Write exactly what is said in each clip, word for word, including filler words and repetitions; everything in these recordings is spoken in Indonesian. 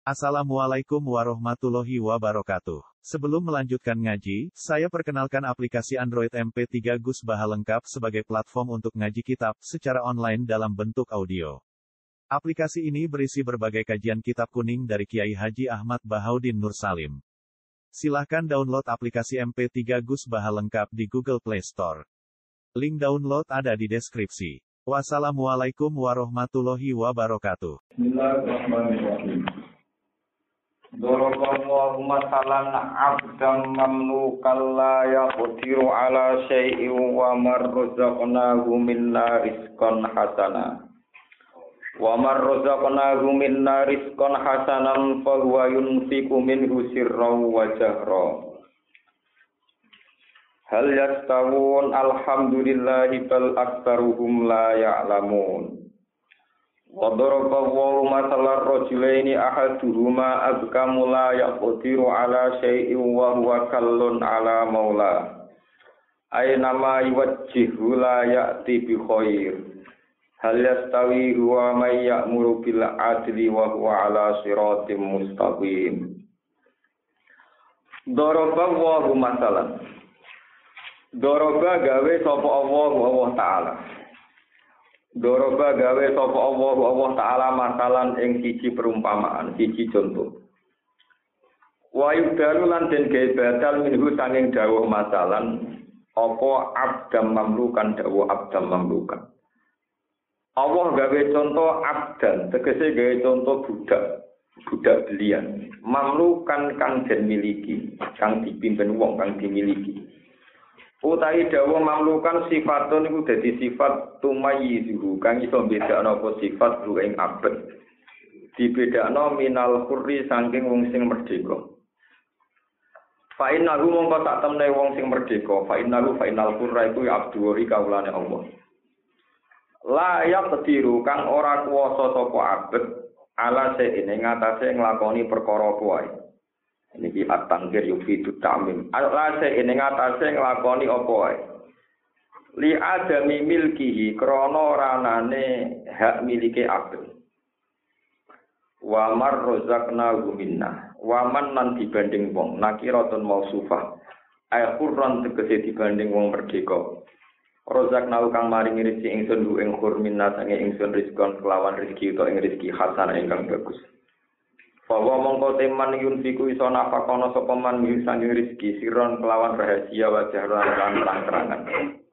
Assalamualaikum warahmatullahi wabarakatuh. Sebelum melanjutkan ngaji, saya perkenalkan aplikasi Android M P tiga Gus Baha lengkap sebagai platform untuk ngaji kitab secara online dalam bentuk audio. Aplikasi ini berisi berbagai kajian kitab kuning dari Kiai Haji Ahmad Bahaudin Nur Salim. Silahkan download aplikasi M P tiga Gus Baha lengkap di Google Play Store. Link download ada di deskripsi. Wassalamualaikum warahmatullahi wabarakatuh. Bismillahirrahmanirrahim. Daraballahu masalan abdan mamlukan la yaqdiru ala syai'in wa marrazaqnahu minna rizqan hasana. Wa marrazaqnahu minna rizqan hasanan fa huwa yunfiqu minhu sirran wa jahra. Hal yastawun alhamdulillahi bal aktsaruhum la ya'lamun. Wa daraba Allahu masalan rajulaini ahaduhuma abkamu la yaqdiru ala syai'in wa huwa kallun ala maula. Aina ma yuwajjihu la ya'ti bi khair. Hal yastawi huwa may ya'muru bil adli wa huwa ala siratim mustaqim. Daraba Allahu masalan. Daraba gawe sapa Allah Allah taala. Doroba gawe sapa Allah Allah taala masalan ing siji perumpamaan, siji contoh. Wa yudaru lan den gawe badal minhu sanging dawuh masalan apa abdam mamlukan dawuh abdam mamlukan. Allah gawe contoh abdan tegese gawe contoh budak, budak belian, mamlukan kang den miliki, kang dipimpin wong kang dimiliki. Utawi dawuh mamlukan sifatun iku dadi sifat tumayyizuhu kang iso bedakno apa sifat ku ing abad. Dibedakno minal hurri saking wong sing merdeka. Fa innahu mongko sak temne wong sing merdeka, fa innahu fa innal hurra iku abduri kaulane Allah. La yaqdiru kang ora kuwasa sapa abad ala seene ngatasé nglakoni perkara kuwi. Niki at-tangkir yufidu ta'mim. Alase ing ngatasé nglakoni apa wae. Li adami milkihi krana ora anane hak milike abad. Wa marrazaqna minna. Wa man lan dibanding wong nakiratun mausufah. Ay qurran tegese dibanding wong merdeka. Razaqna kang maringi rezeki ingsun lu ing khur minna sange ingsun rizqan kelawan rezeki utawa ing rezeki hasan ingkang bagus. Bahwa mongko teman yunfiku iso nafakono sapa man min sanging rezeki siron kelawan rahasia wajah lan terang-terangan.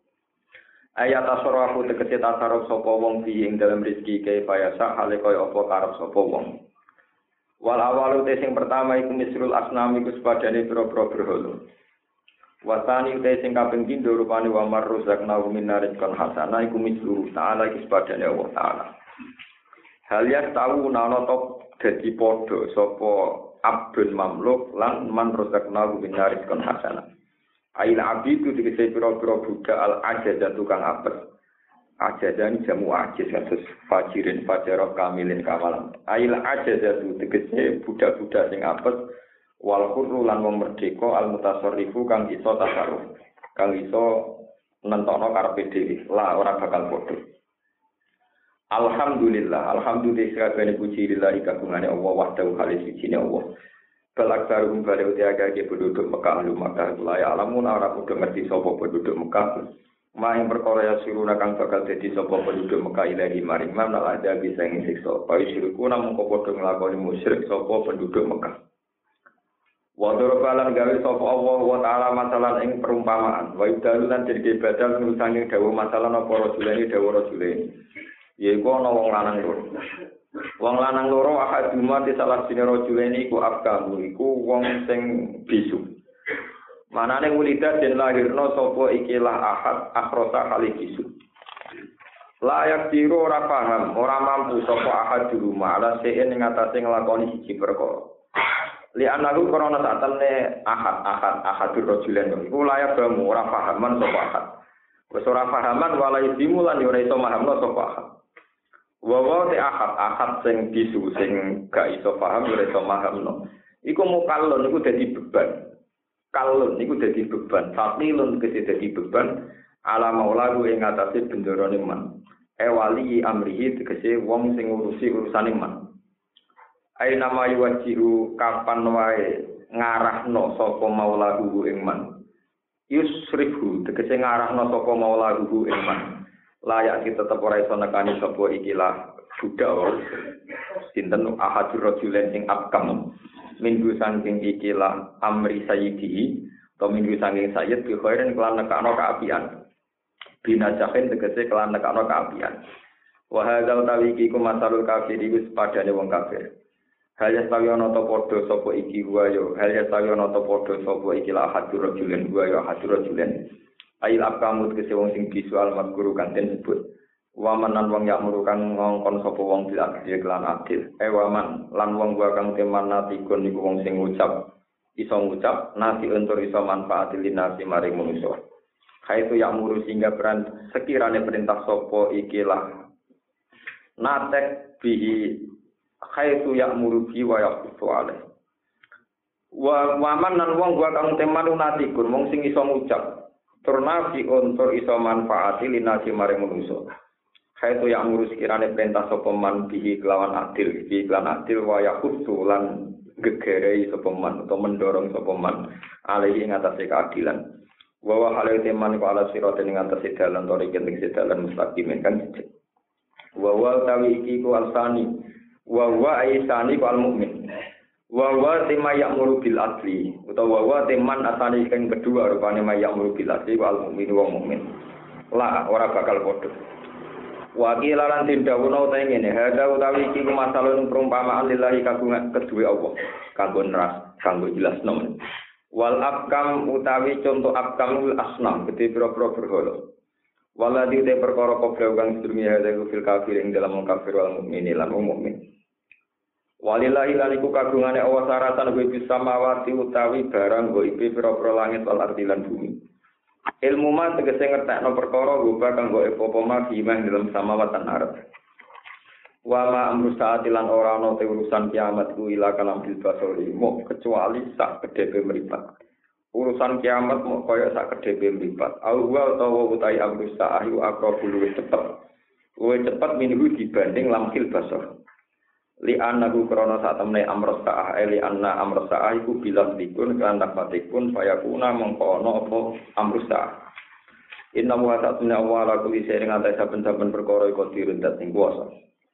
Ayat tasarrufu tegese tasarruf sapa wong fi ing dalam rezeki kaya bayasa hale kaya apa karep sapa wong. Wal awalu te sing pertama iku misrul asnam iku sepadane pira-pira berhala. Wasani te sing kaping pindho rupane wa marruzaqna min rizqan hasana iku misru ta'ala iku sepadane Allah taala. Hal ya tahu nana top dadi padha sapa abdun mamluk lan man rozakna min rizqan hasana. Ail abidu dikese pira-pira budak al ajazah tukang apes. Ajazah jamu ajiz kados fajirin fajarah kamilin kawalan. Ail ajazah dikese budak-budak sing apes wal hurru lan wong merdeka al mutasarrifu kang iso tasarruf. Kang iso nentokno karepe dhewe. Lah ora bakal padha. Alhamdulillah, alhamdulillah sakabehane puji lillahi kagungane Allah wahdahu khalis sijine Allah. Balak sarum bale utiaga ke penduduk Mekah lu Mekah la ya alamun ora kudu ngerti sapa penduduk Mekah. Maing perkara ya siruna kang bakal dadi sapa penduduk Mekah ilahi maring man la ada bisa ing siksa. Payu sirku namung padha nglakoni musyrik sapa penduduk Mekah. Wa dorobalan gawe sapa Allah wa taala masalan ing perumpamaan. Wa idalan dadi badal nusange dawuh masalan apa rajulane dawuh rajulane. Yaiku ana wong lanang loro. Wong lanang loro akaduma te salah sine rajulene iku abkamu iku wong sing bisu. Manane ulida den lahirna sapa ikilah ahad akhrosa kali bisu. Layak diru ora paham, ora mampu sapa ahad di rumah ala seen ing atase nglakoni siji perkara. Li analu krana satene ahad ahad ahadur rajulen iku layak bamu ora pahaman sapa ahad. Wis ora pahaman walai dimulan ora iso mahamno sapa ahad. Wawa te ahad ahad sing bisu sing gak iso paham ora iso mahamno. Iku mukallon iku dadi beban. Kalon iku dadi beban. Fakilun kese dadi beban ala maulaku ing atase bendarane man. Ewali amrihi tegese wong sing ngurusi urusane man. Aina mayu wajiru kapan wae ngarahno sapa maulahu ing man. Yusrifu tegese ngarahno sapa maulahu ing man. Layak kita tetep ora iso nekani sapa ikilah budak sinten ahadur rajulen sing abkam minggu saking ikilah amri sayyidi atau minggu saking sayyid bi khairin kelan nekano kaapian binajahin tegese kelan nekano kaapian wa hadzal tawiki ku masalul kafir wis padane wong kafir hal ya sawi ana ta padha sapa iki wa yo hal ya sawi ana ta padha sapa ikilah ahadur rajulen wa yo ahadur rajulen ail abkamu tegese wong sing visual mazkuru kanten sebut waman wong yak murukan ngongkon sapa wong bil adil lan adil eh waman lan wong gua kang teman natikun niku wong sing ngucap iso ngucap nasi entur iso manfaatil nasi maring manusa kaitu yak muru sehingga peran sekirane perintah sapa ikilah natek bihi kaitu yak muru bi wa yaqtuale wa waman lan wong gua kang teman natikun wong sing iso ngucap tur nasi entur iso manfaatil nasi maring manusa Kaitu yang ngurus kirane perintah sapa man bihi kelawan adil, bihi kelawan adil wa yakhussu lan gegerei sapa man utawa mendorong sapa man alaihi ing atase keadilan. Wa wa hale teman ku ala sirate ing atase dalan tori ing sedalan mustaqim kan. Wa wa tawi iki ku alsani wa wa aisani ku al mukmin. Wa wa tema ya'muru bil adli utawa wa teman asani kang kedua rupane ya'muru bil adli wal mukmin wong mukmin. La ora bakal padha. Wakil lan tindawono utahe ngene, hadza utawi iki masalahun perumpamaan lillahi kagungan kedue Allah, kanggo neras, kanggo jelasno. Wal abkam utawi contoh abkam asnam, gede pira-pira berhala. Waladi te perkara kobra kang sedurunge hadza fil kafir ing dalam kafir wal mukmin lan mukmin. Walillahi lan iku kagungane Allah saratan kuwi bisa mawati utawi barang goib pira-pira langit wal ardi lan bumi. Ilmu ma tegese ngertekno perkara goba kanggo apa ma gimana dalam samawatan arep. Wa ma amru saatilan ora ana te urusan kiamat ku ila kalam bil basori mo kecuali sak kedhe mripat. Urusan kiamat mo kaya sak kedhe mripat. Au wa utawa utai amru saahu aqrabul luwih cepet. Luwih cepet minggu dibanding lamkil basor. Li annahu krana sak temne amru saah li anna amru saah iku bilang dikun kan tafatikun fayakuna mengkono apa amru saah. Inna wa ta'ala awala kulli shay'in anta saben-saben perkara iku dirundat ing kuwasa.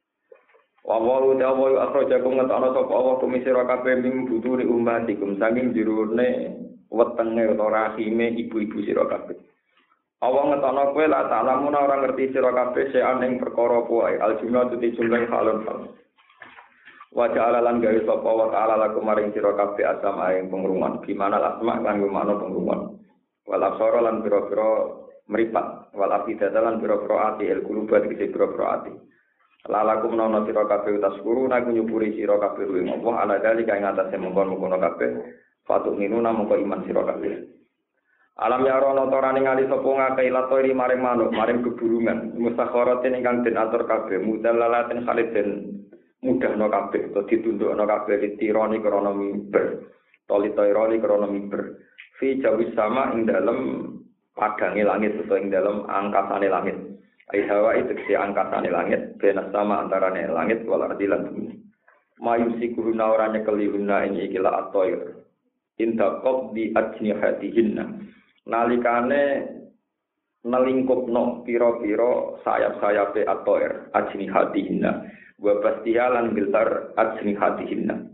Wa wa ta'ala akhrajakum ngatana sapa Allah kumisira kabeh mim buturi ummatikum saking jerone wetenge utawa rahime ibu-ibu sira kabeh. Allah ngetana kowe la ta'lamuna ora ngerti sira kabeh sean ing perkara kuwi aljumlah tuti jumlah halon hal. Wa ta'ala lan gawe sapa wa ta'ala lakum maring sira kabeh asama ing pengruman gimana asma lan gimana pengruman wal absara lan pira-pira mripat wal afidata lan pira-pira ati el kulubat iki pira-pira ati lalakum nono sira kabeh taskuru nak nyupuri sira kabeh ing Allah ala dalika ing atase mongkon-mongkon kabeh fatuk minuna mongko iman sira kabeh alam ya rono torane ngali sapa ngakei latori maring manuk maring keburungan mustakharatin ingkang den atur kabeh mudallalatin khalidin mudahno kabeh to ditundukno kabeh ditironi krana mimber tolitironi krana mimber fi jawis sama ing dalem padange langit utawa ing dalem angkasane langit ai hawa itu si angkasane langit benas sama antarane langit wal ardi lan bumi mayusikuruna ora nyekeli guna ing ikilah atoir indaqab di ajnihatihinna nalikane nelingkupno pira-pira sayap-sayape atoir ajnihatihinna wa pastihalan biltar ajnihatihinna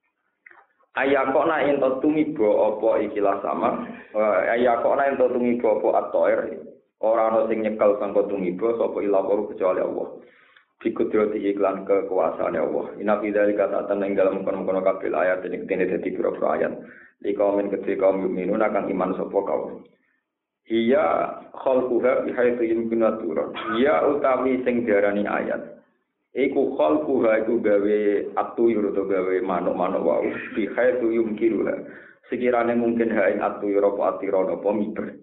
ayakona ento tumiba apa ikilah sama ayakona ento tumiba apa atoir ora ana sing nyekel sangka tumiba sapa ila kecuali Allah bikudrati iklan kekuasaane Allah ina bidzalika ta'atan ing dalem kono-kono kabeh ayat ing dene dadi pira-pira ayat likamen ketika kaum mukminun akan iman sapa kaum iya khalquha bihaitsu yumkinu turun iya utawi sing diarani ayat iku khalquha iku gawe atuyur utawa gawe manuk-manuk wau bihaitsu yumkinu sekirane mungkin ha ing atuyur apa atira apa miber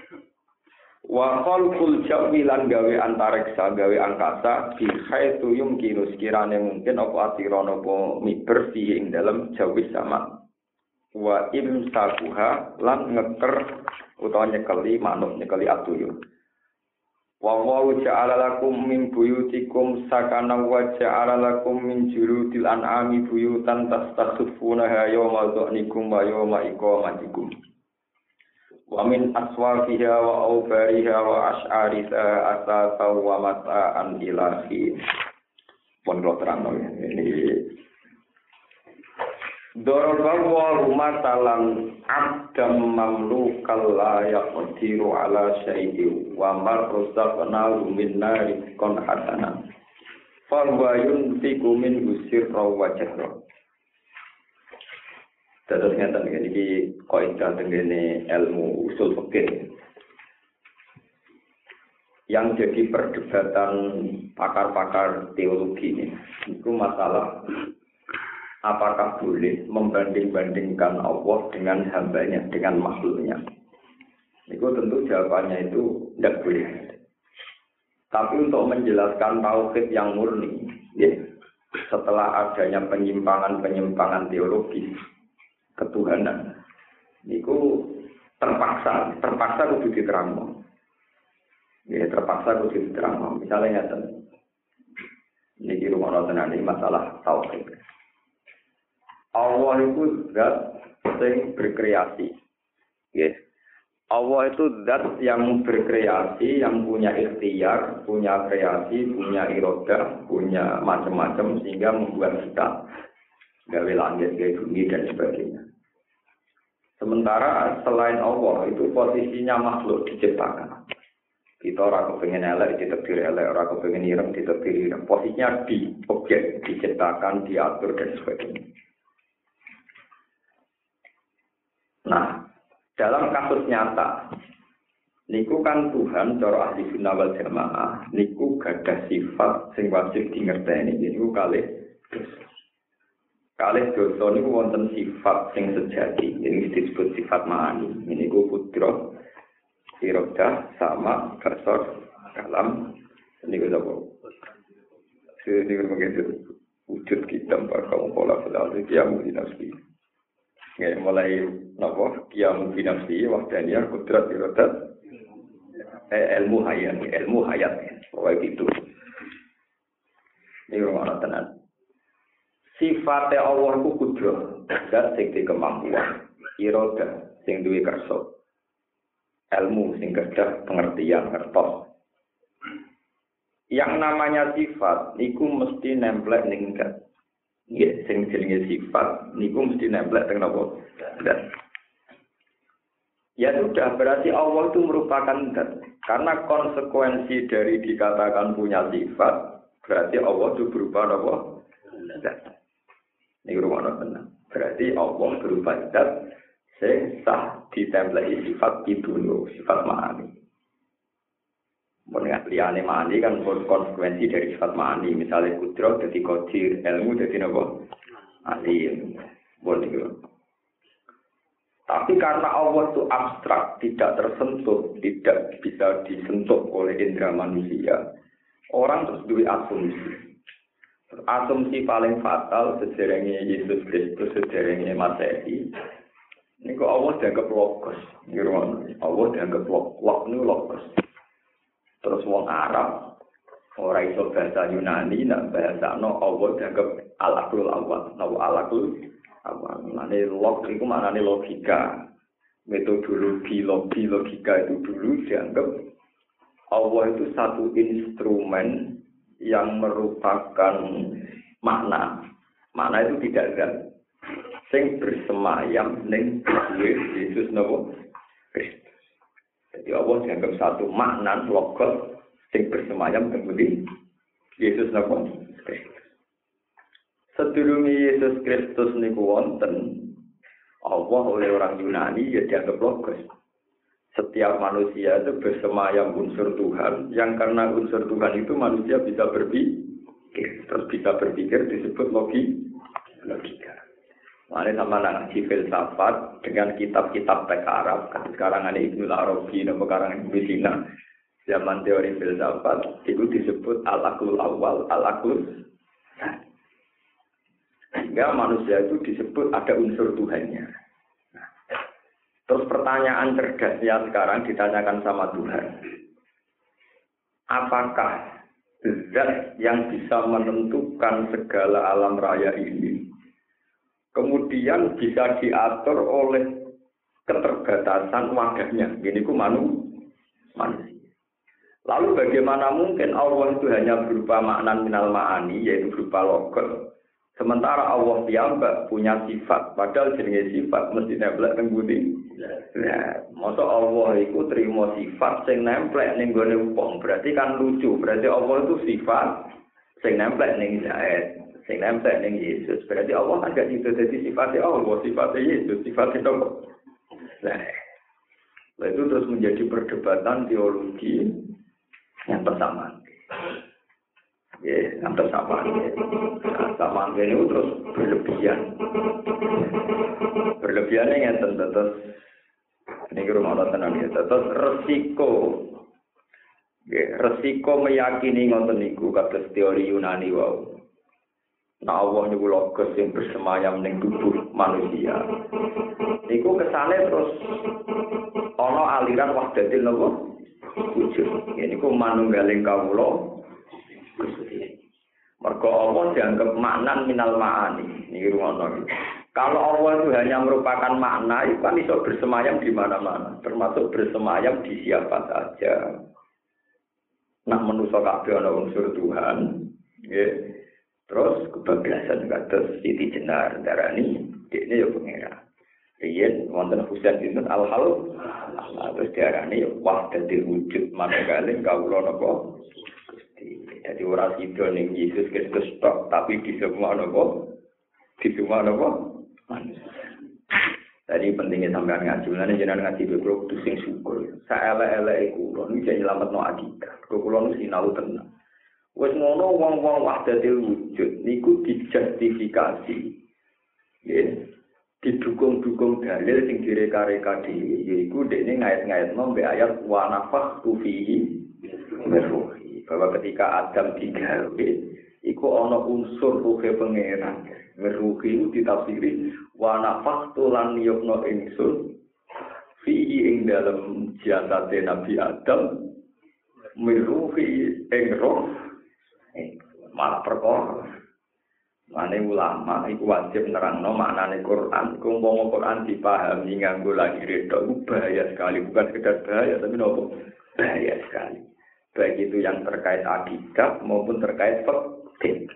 wa khalqul jawi lan gawe antariksa gawe angkasa bihaitsu yumkinu sekirane mungkin apa atira apa miber fi ing dalem jawi sama wa imsakuha lan ngeker utawa nyekeli manuk nyekeli atuyur Wa wa ja'ala lakum min buyutikum sakanan wa ja'ala lakum min juludil an'ami buyutan tastakhfunaha yawma dhanikum wa yawma iqamatikum. Wa min aswafiha wa awbariha wa ash'ariha asasa wa mata'an ilahi. Pun kalau terang ini Dorobawa rumatalan abdam mamlukal la yaqdiru ala syai'in wa marrozaqna minna rizqan hasanan fa huwa yunfiqu min sirra wa jahra. Terus ngeten iki kaidah tengene ilmu usul fikih yang jadi perdebatan pakar-pakar teologi ini itu masalah apakah boleh membanding-bandingkan Allah dengan hambanya, dengan makhluknya? Itu tentu jawabannya itu tidak boleh. Tapi untuk menjelaskan tauhid yang murni, ya, setelah adanya penyimpangan-penyimpangan teologis ketuhanan, itu terpaksa, terpaksa kudu diterangkan. Ya, terpaksa kudu diterangkan. Misalnya nyata, ini di rumah nonton ini masalah tauhid. Allah itu zat yang berkreasi. Yes. Allah itu zat yang berkreasi, yang punya ikhtiar, punya kreasi, punya irodah, punya macam-macam sehingga membuat kita gawe langit, gawe bumi dan sebagainya. Sementara selain Allah itu posisinya makhluk diciptakan. Kita orang kepengen elek ditakdir elek, orang kepengen ireng ditakdir ireng. Posisinya di objek diciptakan, diatur dan sebagainya. Nah, dalam kasus nyata, niku kan Tuhan cara ahli sunnah wal jamaah, niku gadah sifat sing wajib dingerteni. Niku kalih dosa. Kalih dosa niku wonten sifat sing sejati, ini disebut sifat ma'ani. Niku putra, irodah, sama, kasar, kalam. Niku sapa? Niku begitu wujud kita bakal pola pola kiamu dinasti. Ya, mulai nopo kiamu binafsi wahdaniya kudrat irodat eh, ilmu hayat ilmu hayat pokoknya gitu ini rumah tenan sifatnya Allah ku kudrat dan sing kemampuan irodat sing duwe kersa ilmu sing kedah pengertian ngertos yang namanya sifat niku mesti nemplek ning zat. Ya, sing jenenge sifat niku mesti nemplek teng napa? Dan ya sudah berarti Allah itu merupakan zat. Karena konsekuensi dari dikatakan punya sifat berarti Allah itu berupa napa? Zat. Niku rumono tenan. Berarti Allah berupa zat sing sah ditempleki sifat itu sifat ma'ani. Mengenai liane ma'ani kan konsekuensi dari sifat ma'ani. Misalnya kudrat jadi qadir, ilmu jadi apa? Alim. Boleh gitu. Tapi karena Allah itu abstrak, tidak tersentuh, tidak bisa disentuh oleh indera manusia, orang terus duwe asumsi. Asumsi paling fatal sejarahnya Yesus Kristus, sejarahnya Masehi. Ini kok Allah dianggap logos. Allah dianggap logos, ini logos. Terus wong Arab ora iso bahasa Yunani nak bahasa no Allah dianggap al-aqlul awal. Nawa al-aqlul awal. Mane log iku maknane logika. Metodologi logi logika itu dulu dianggap Allah itu satu instrumen yang merupakan makna. Makna itu tidak ada. Sing bersemayam ning Yesus napa? Kristus. Jadi Allah dianggap satu makna logos yang bersemayam kemudian Yesus napa? Kristus. Sedurunge Yesus Kristus niku wonten Allah oleh orang Yunani ya dianggap logos. Setiap manusia itu bersemayam unsur Tuhan yang karena unsur Tuhan itu manusia bisa berpikir, terus bisa berpikir disebut logi, logika. Makanya sama ngaji filsafat dengan kitab-kitab teks Arab. Sekarang ada Ibnu Arabi, nama karangan Ibnu Sina. Zaman teori filsafat itu disebut al-aqlul awal, al-aqlul. Sehingga manusia itu disebut ada unsur Tuhannya. Nah, terus pertanyaan cerdasnya sekarang ditanyakan sama Tuhan. apakah zat yang bisa menentukan segala alam raya ini kemudian bisa diatur oleh keterbatasan wadahnya. Ini ku manu, manusia. Lalu bagaimana mungkin Allah itu hanya berupa makna minal ma'ani, yaitu berupa logot. Sementara Allah piyambak punya sifat, padahal jenenge sifat mesti nemplek teng budi. Nah, masa Allah itu terima sifat sing nemplek ning gone wong, berarti kan lucu. Berarti Allah itu sifat sing nemplek ning Zaid, sing nemplek ning Yesus. Berarti Allah kan gak itu dadi sifatnya Allah, sifatnya Yesus, sifatnya Allah. Nah, itu terus menjadi perdebatan teologi yang pertama. Ya, yang pertama. Sama ini terus berlebihan. Berlebihannya yang tentu ini rumah Allah tenang ya. Terus resiko, ya, resiko meyakini ngoten niku kados teori Yunani wau. Nah, Allah niku logos yang bersemayam ning tubuh manusia. Niku kesane terus ana aliran wahdatil napa? Wujud. Ya niku manunggaling kawula Gusti. Mergo Allah dianggap maknan minal ma'ani. Niki rumono. Kalau Allah itu hanya merupakan makna, itu kan bisa bersemayam di mana-mana, termasuk bersemayam di siapa saja. Nah, manusa kabeh ana unsur Tuhan, nggih. Terus kebablasan kados Siti Jenar darani dekne ya pengira. Riyen wonten Husain bin Al-Hal, terus diarani wahdatul wujud manunggaling kawula napa Gusti. Jadi ora sida ning Yesus Kristus tok, tapi di semua napa? Di semua napa? Manusia. Tadi pentingnya sampean ngaji, lan jenengan ngaji kulo kudu sing syukur. Saelek-eleke kulo niki nyelametno akidah. Kulo nu sinau tenan. Wis ngono wong-wong wahdatul wujud niku dijustifikasi. Nggih. Didukung-dukung dalil sing direka-reka dhewe yaiku dekne ngait-ngaitno mbek ayat wa nafakhtu fihi ruhi bahwa ketika Adam digawe iku ana unsur ruhe pangeran ruhi itu ditafsiri wa nafakhtu lan yukno ingsun fihi ing dalam jasade Nabi Adam miruhi ing roh malah perkara. Mane ulama iku wajib nerangno maknane Quran. Iku umpama Quran dipahami nganggo lahir tok iku bahaya sekali, bukan sekedar bahaya tapi nopo? Bahaya sekali. Baik itu yang terkait akidah maupun terkait fikih.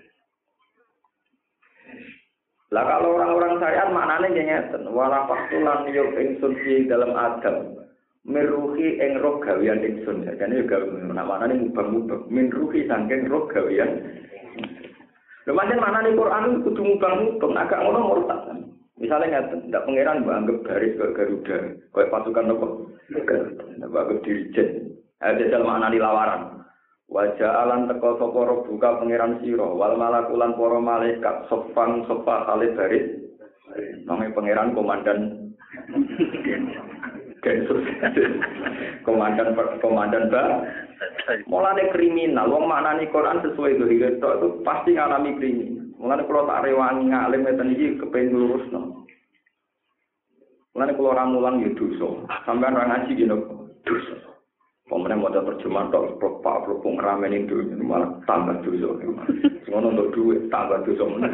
Lah kalau orang-orang syariat maknane ngeten, wala faqtulan yuk ingsun fi dalam Adam. Miruhi ing roh gawean ingsun. Jane yo gawe namane mubang-mubang. Minruhi saking roh gawean. Lumayan mana nih Quran itu kudu mubang-mubang, agak ngono murtad. Misalnya nggak, tidak pangeran banggap garis ke Garuda, kayak pasukan apa? Tidak banggap dirijen. Ada dalam makna dilawaran. Wajah alam teko soporo buka pangeran siro, wal malakulan poro malaikat sofang sofa kali baris. Namanya pangeran komandan Densus, komandan komandan bah. Mulane kriminal, wong maknani Quran sesuai zahir itu pasti ngalami kriminal. Mulane kula tak rewangi ngalim ngeten iki kepengin lurusno. Mulane kula ora mulang ya dosa. Sampeyan ora ngaji ki dosa. Pemenang modal terjemahan tok pak propong ramen itu malah tambah dosa. Ngono untuk duit tambah dosa meneh.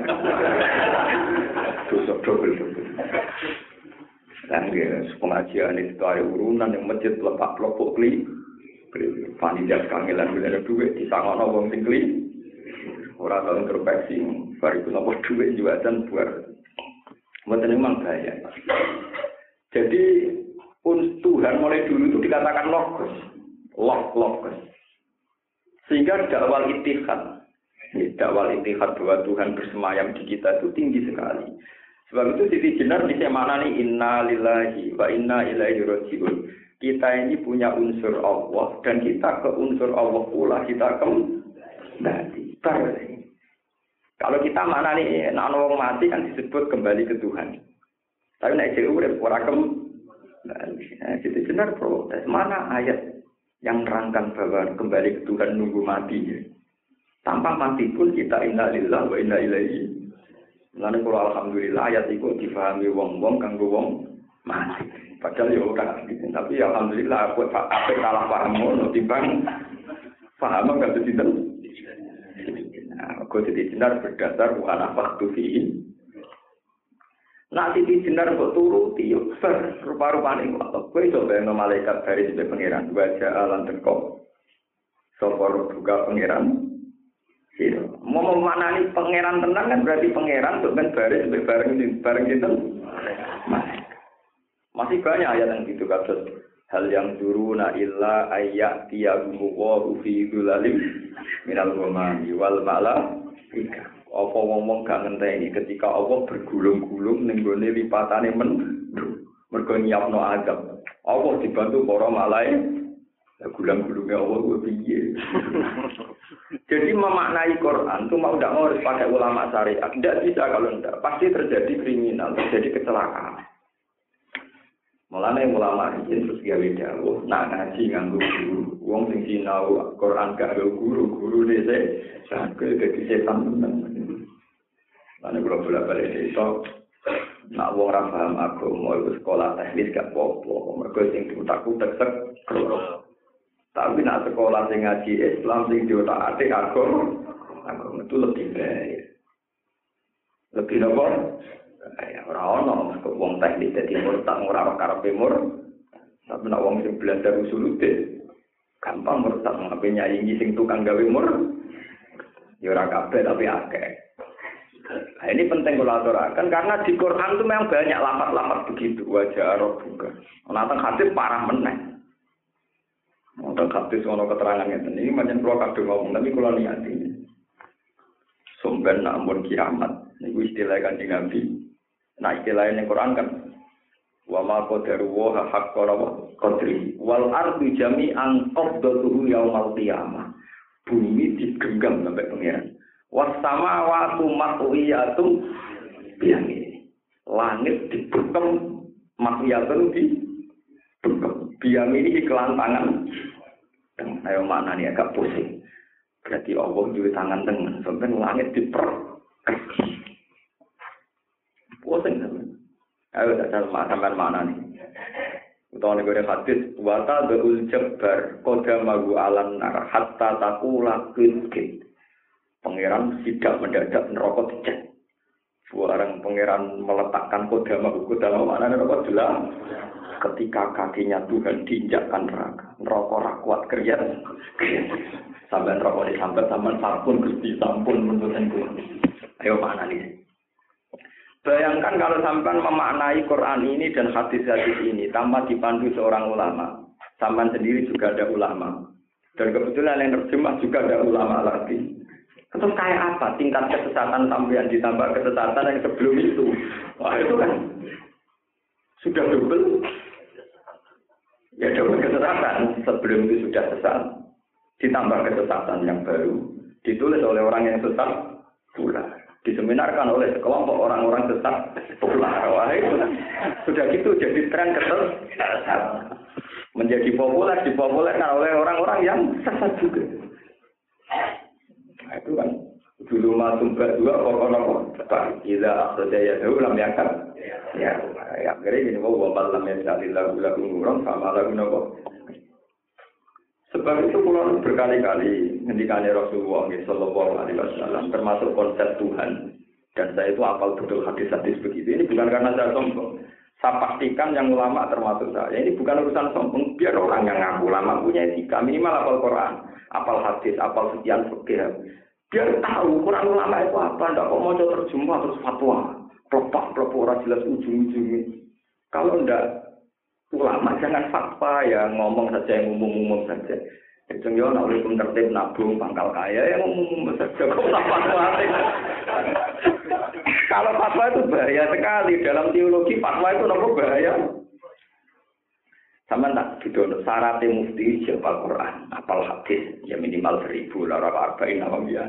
Dosa double. Dan pengajian itu ada urunan yang masjid lepak pelopok kli. Panitia kangelan bila ada duit disangono wong sing kli. Ora tau introspeksi, bariku nopo duit juga dan buat. Mboten memang bahaya. Jadi Tuhan mulai dulu itu dikatakan logos, log logos. Sehingga dakwal ittihad, dakwal ittihad bahwa Tuhan bersemayam di kita itu tinggi sekali. Sebab itu Siti Jenar bisa maknani inna lillahi wa inna ilaihi raji'un. Kita ini punya unsur Allah dan kita ke unsur Allah pula kita kembali. Kalau kita maknani nek wong mati kan disebut kembali ke Tuhan. Tapi nek dhewe urip ora kembali. Nah, Siti Jenar protes. Mana ayat yang menerangkan bahwa kembali ke Tuhan nunggu mati? Tanpa mati pun kita inna lillahi wa inna ilaihi. Mulane kula alhamdulillah ayat iku difahami wong-wong kanggo wong mati. Padahal ya ora gitu. Tapi alhamdulillah aku apik kalah paham ngono timbang Paham enggak itu sinten? Nah, kok Siti Jenar berdasar bukan apa tuh sih? Nah, Siti Jenar kok turuti yo ber rupa-rupane kok. Kowe coba yang malaikat dari sebagai pangeran wajah alam teko. Sopor buka pangeran. Iya. Mau memaknani pangeran tenang kan berarti pangeran tuh kan baris bareng bareng itu. Masih banyak ayat yang gitu kasus hal yang duruna illa ayat tiyahu wa fi dzulalim minal ghamami wal ma'la ika. Apa ngomong gak ngenteni ketika Allah bergulung-gulung ning gone lipatane men mergo nyiapno azab. Allah dibantu para malaikat. Gulang-gulungnya Allah gue piye. Jadi memaknai Quran itu mau tidak mau harus pakai ulama syariat. Tidak bisa kalau tidak. Pasti terjadi kriminal, terjadi kecelakaan. Mulanya ulama ini terus gawe dawuh, nak ngaji nganggo guru. Wong sing sinau Quran gak nganggo guru, guru dhewe sakit dadi setan tenan. Lan kula bola-balik desa nak wong ra paham agama iku sekolah teknis gak apa-apa. Mergo sing diutak-utak sek kloro. Tapi nak sekolah sing ngaji Islam sing diotak-atik agama, agama itu lebih baik. Lebih apa? Ya ora ono kok wong teknik dadi murtad ora karepe mur. Tapi nak wong sing belajar usuluddin gampang murtad ngapain nyaingi sing tukang gawe mur. Ya ora kabeh tapi akeh. Nah, ini penting kalau aturakan karena di Quran itu memang banyak lafaz-lafaz begitu wajah Arab juga. Nonton hadis parah meneh. Untuk hadis ono keterangannya ini macam kalau kadung ngomong tapi kalau niat ini sumber namun kiamat ini istilah Kanjeng Nabi. Nah istilah yang Quran kan wa ma qadaru wa haqqa qadri wal ardu jami'an qabdatuhu yaumal qiyamah. Bumi digenggam sampai pengiran. Was samawati matwiyatum biyamini. Langit dibekam matwiyatun di biyamini iklan tangan. Ayo mana nih agak pusing. Berarti Allah juga tangan tengen. Sampai langit diper. Pusing sampai. Ayo tak sampai mana nih. Utawa nih gue hadis. Wata beul jabbar kodamahu alan nar hatta takula kit. Pangeran tidak mendadak neraka dicek. Seorang pangeran meletakkan kodamahu kodamahu mana neraka jelas. Ketika kakinya Tuhan diinjakkan neraka, neraka ra kuat kerja, sampai neraka disambat sampai sampun Gusti sampun menurutkan kula. Ayo mana nih? Bayangkan kalau sampai memaknai Quran ini dan hadis-hadis ini tanpa dipandu seorang ulama, sampai sendiri juga ada ulama, dan kebetulan yang terjemah juga ada ulama lagi. Terus kayak apa tingkat kesesatan sampai ditambah kesesatan yang sebelum itu? Wah itu kan sudah double. Ya double kesesatan sebelum itu sudah sesat, ditambah kesesatan yang baru, ditulis oleh orang yang sesat pula, diseminarkan oleh sekelompok orang-orang sesat pula. Wah itu kan sudah gitu jadi tren kesesatan, menjadi populer dipopulerkan oleh orang-orang yang sesat juga. Nah, itu kan dulu masuk dua orang-orang cepat, ila akhirnya ya lam yakan. Ya, ya akhirnya gini, bahwa malam yang tadi lagu-lagu ngurang sama lagu nopo. Sebab itu pulau berkali-kali ngendikannya Rasulullah Shallallahu Alaihi Wasallam termasuk konsep Tuhan. Dan saya itu hafal betul hadis-hadis begitu. Ini bukan karena saya sombong. Saya pastikan yang ulama termasuk saya. Ini bukan urusan sombong. Biar orang yang ngaku ulama punya etika minimal hafal Quran, hafal hadis, hafal sekian fikih. Biar tahu Quran ulama itu apa. Tidak kok mau terjemah terus fatwa. Pelopah-pelopah orang jelas ujung-ujungnya. Kalau enggak ulama jangan fatwa ya ngomong saja yang umum-umum saja. Itu ya nak hukum tertib nabung pangkal kaya yang umum-umum saja. Kok fatwa? Kalau fatwa itu bahaya sekali dalam teologi fatwa itu nopo bahaya. Sama tak gitu syaratnya mufti siapa Quran, apal hadis ya minimal seribu lara arba'in awamiyah.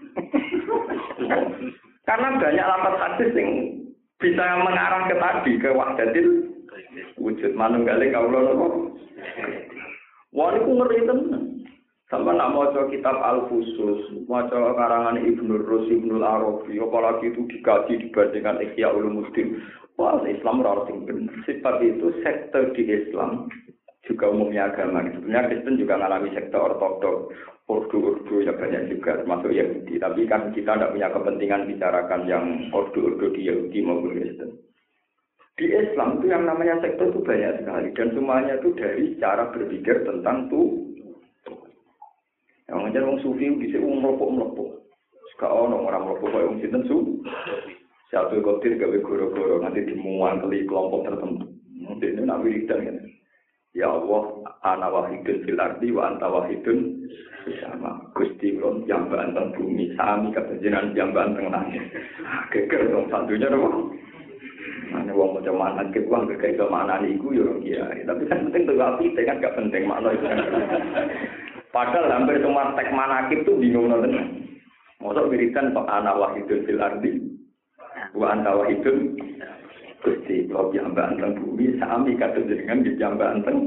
Karena banyak lafaz hadis yang bisa mengarah ke tadi, ke wahdatil wujud manunggaling kaula napa. Wah niku ngeri tenan. Sampai nak maca kitab Al-Fusus, maca karangan Ibnu Rus, Ibnu Arabi, apalagi itu dikaji dibandingkan Ihya Ulumuddin. Wah, Islam ora sing bener. Sebab itu sekte di Islam juga umumnya agama. Sebenarnya Kristen juga mengalami sekte ortodoks, ordo-ordo ya banyak juga, termasuk Yahudi. Tapi kan kita tidak punya kepentingan bicarakan yang ordo-ordo di Yahudi maupun Kristen. Di Islam itu yang namanya sekte itu banyak sekali. Dan semuanya itu dari cara berpikir tentang tuh. Yang ngajar orang sufi bisa orang melopok-melopok. Sekarang orang melopok kayak orang sinten su. Satu kotir gawe goro-goro nanti dimuangkeli kelompok tertentu. Nanti ini nak wiridan kan. Ya Allah, ana wahidun fil ardi wa anta wahidun sama Gusti Ron jambaan teng bumi sami kapanjenengan jambaan teng langit. Geger dong satunya dong. Ana wong macam mana ke wong berkait sama anak iku yo kiai. Tapi kan penting tuh api kan gak penting makna itu. Padahal hampir semua tek manakib tuh bingung nonton. Mosok wiridan kok ana wahidun fil ardi wa anta wahidun Gusti kalau jambaan teng bumi sami kapanjenengan di jambaan teng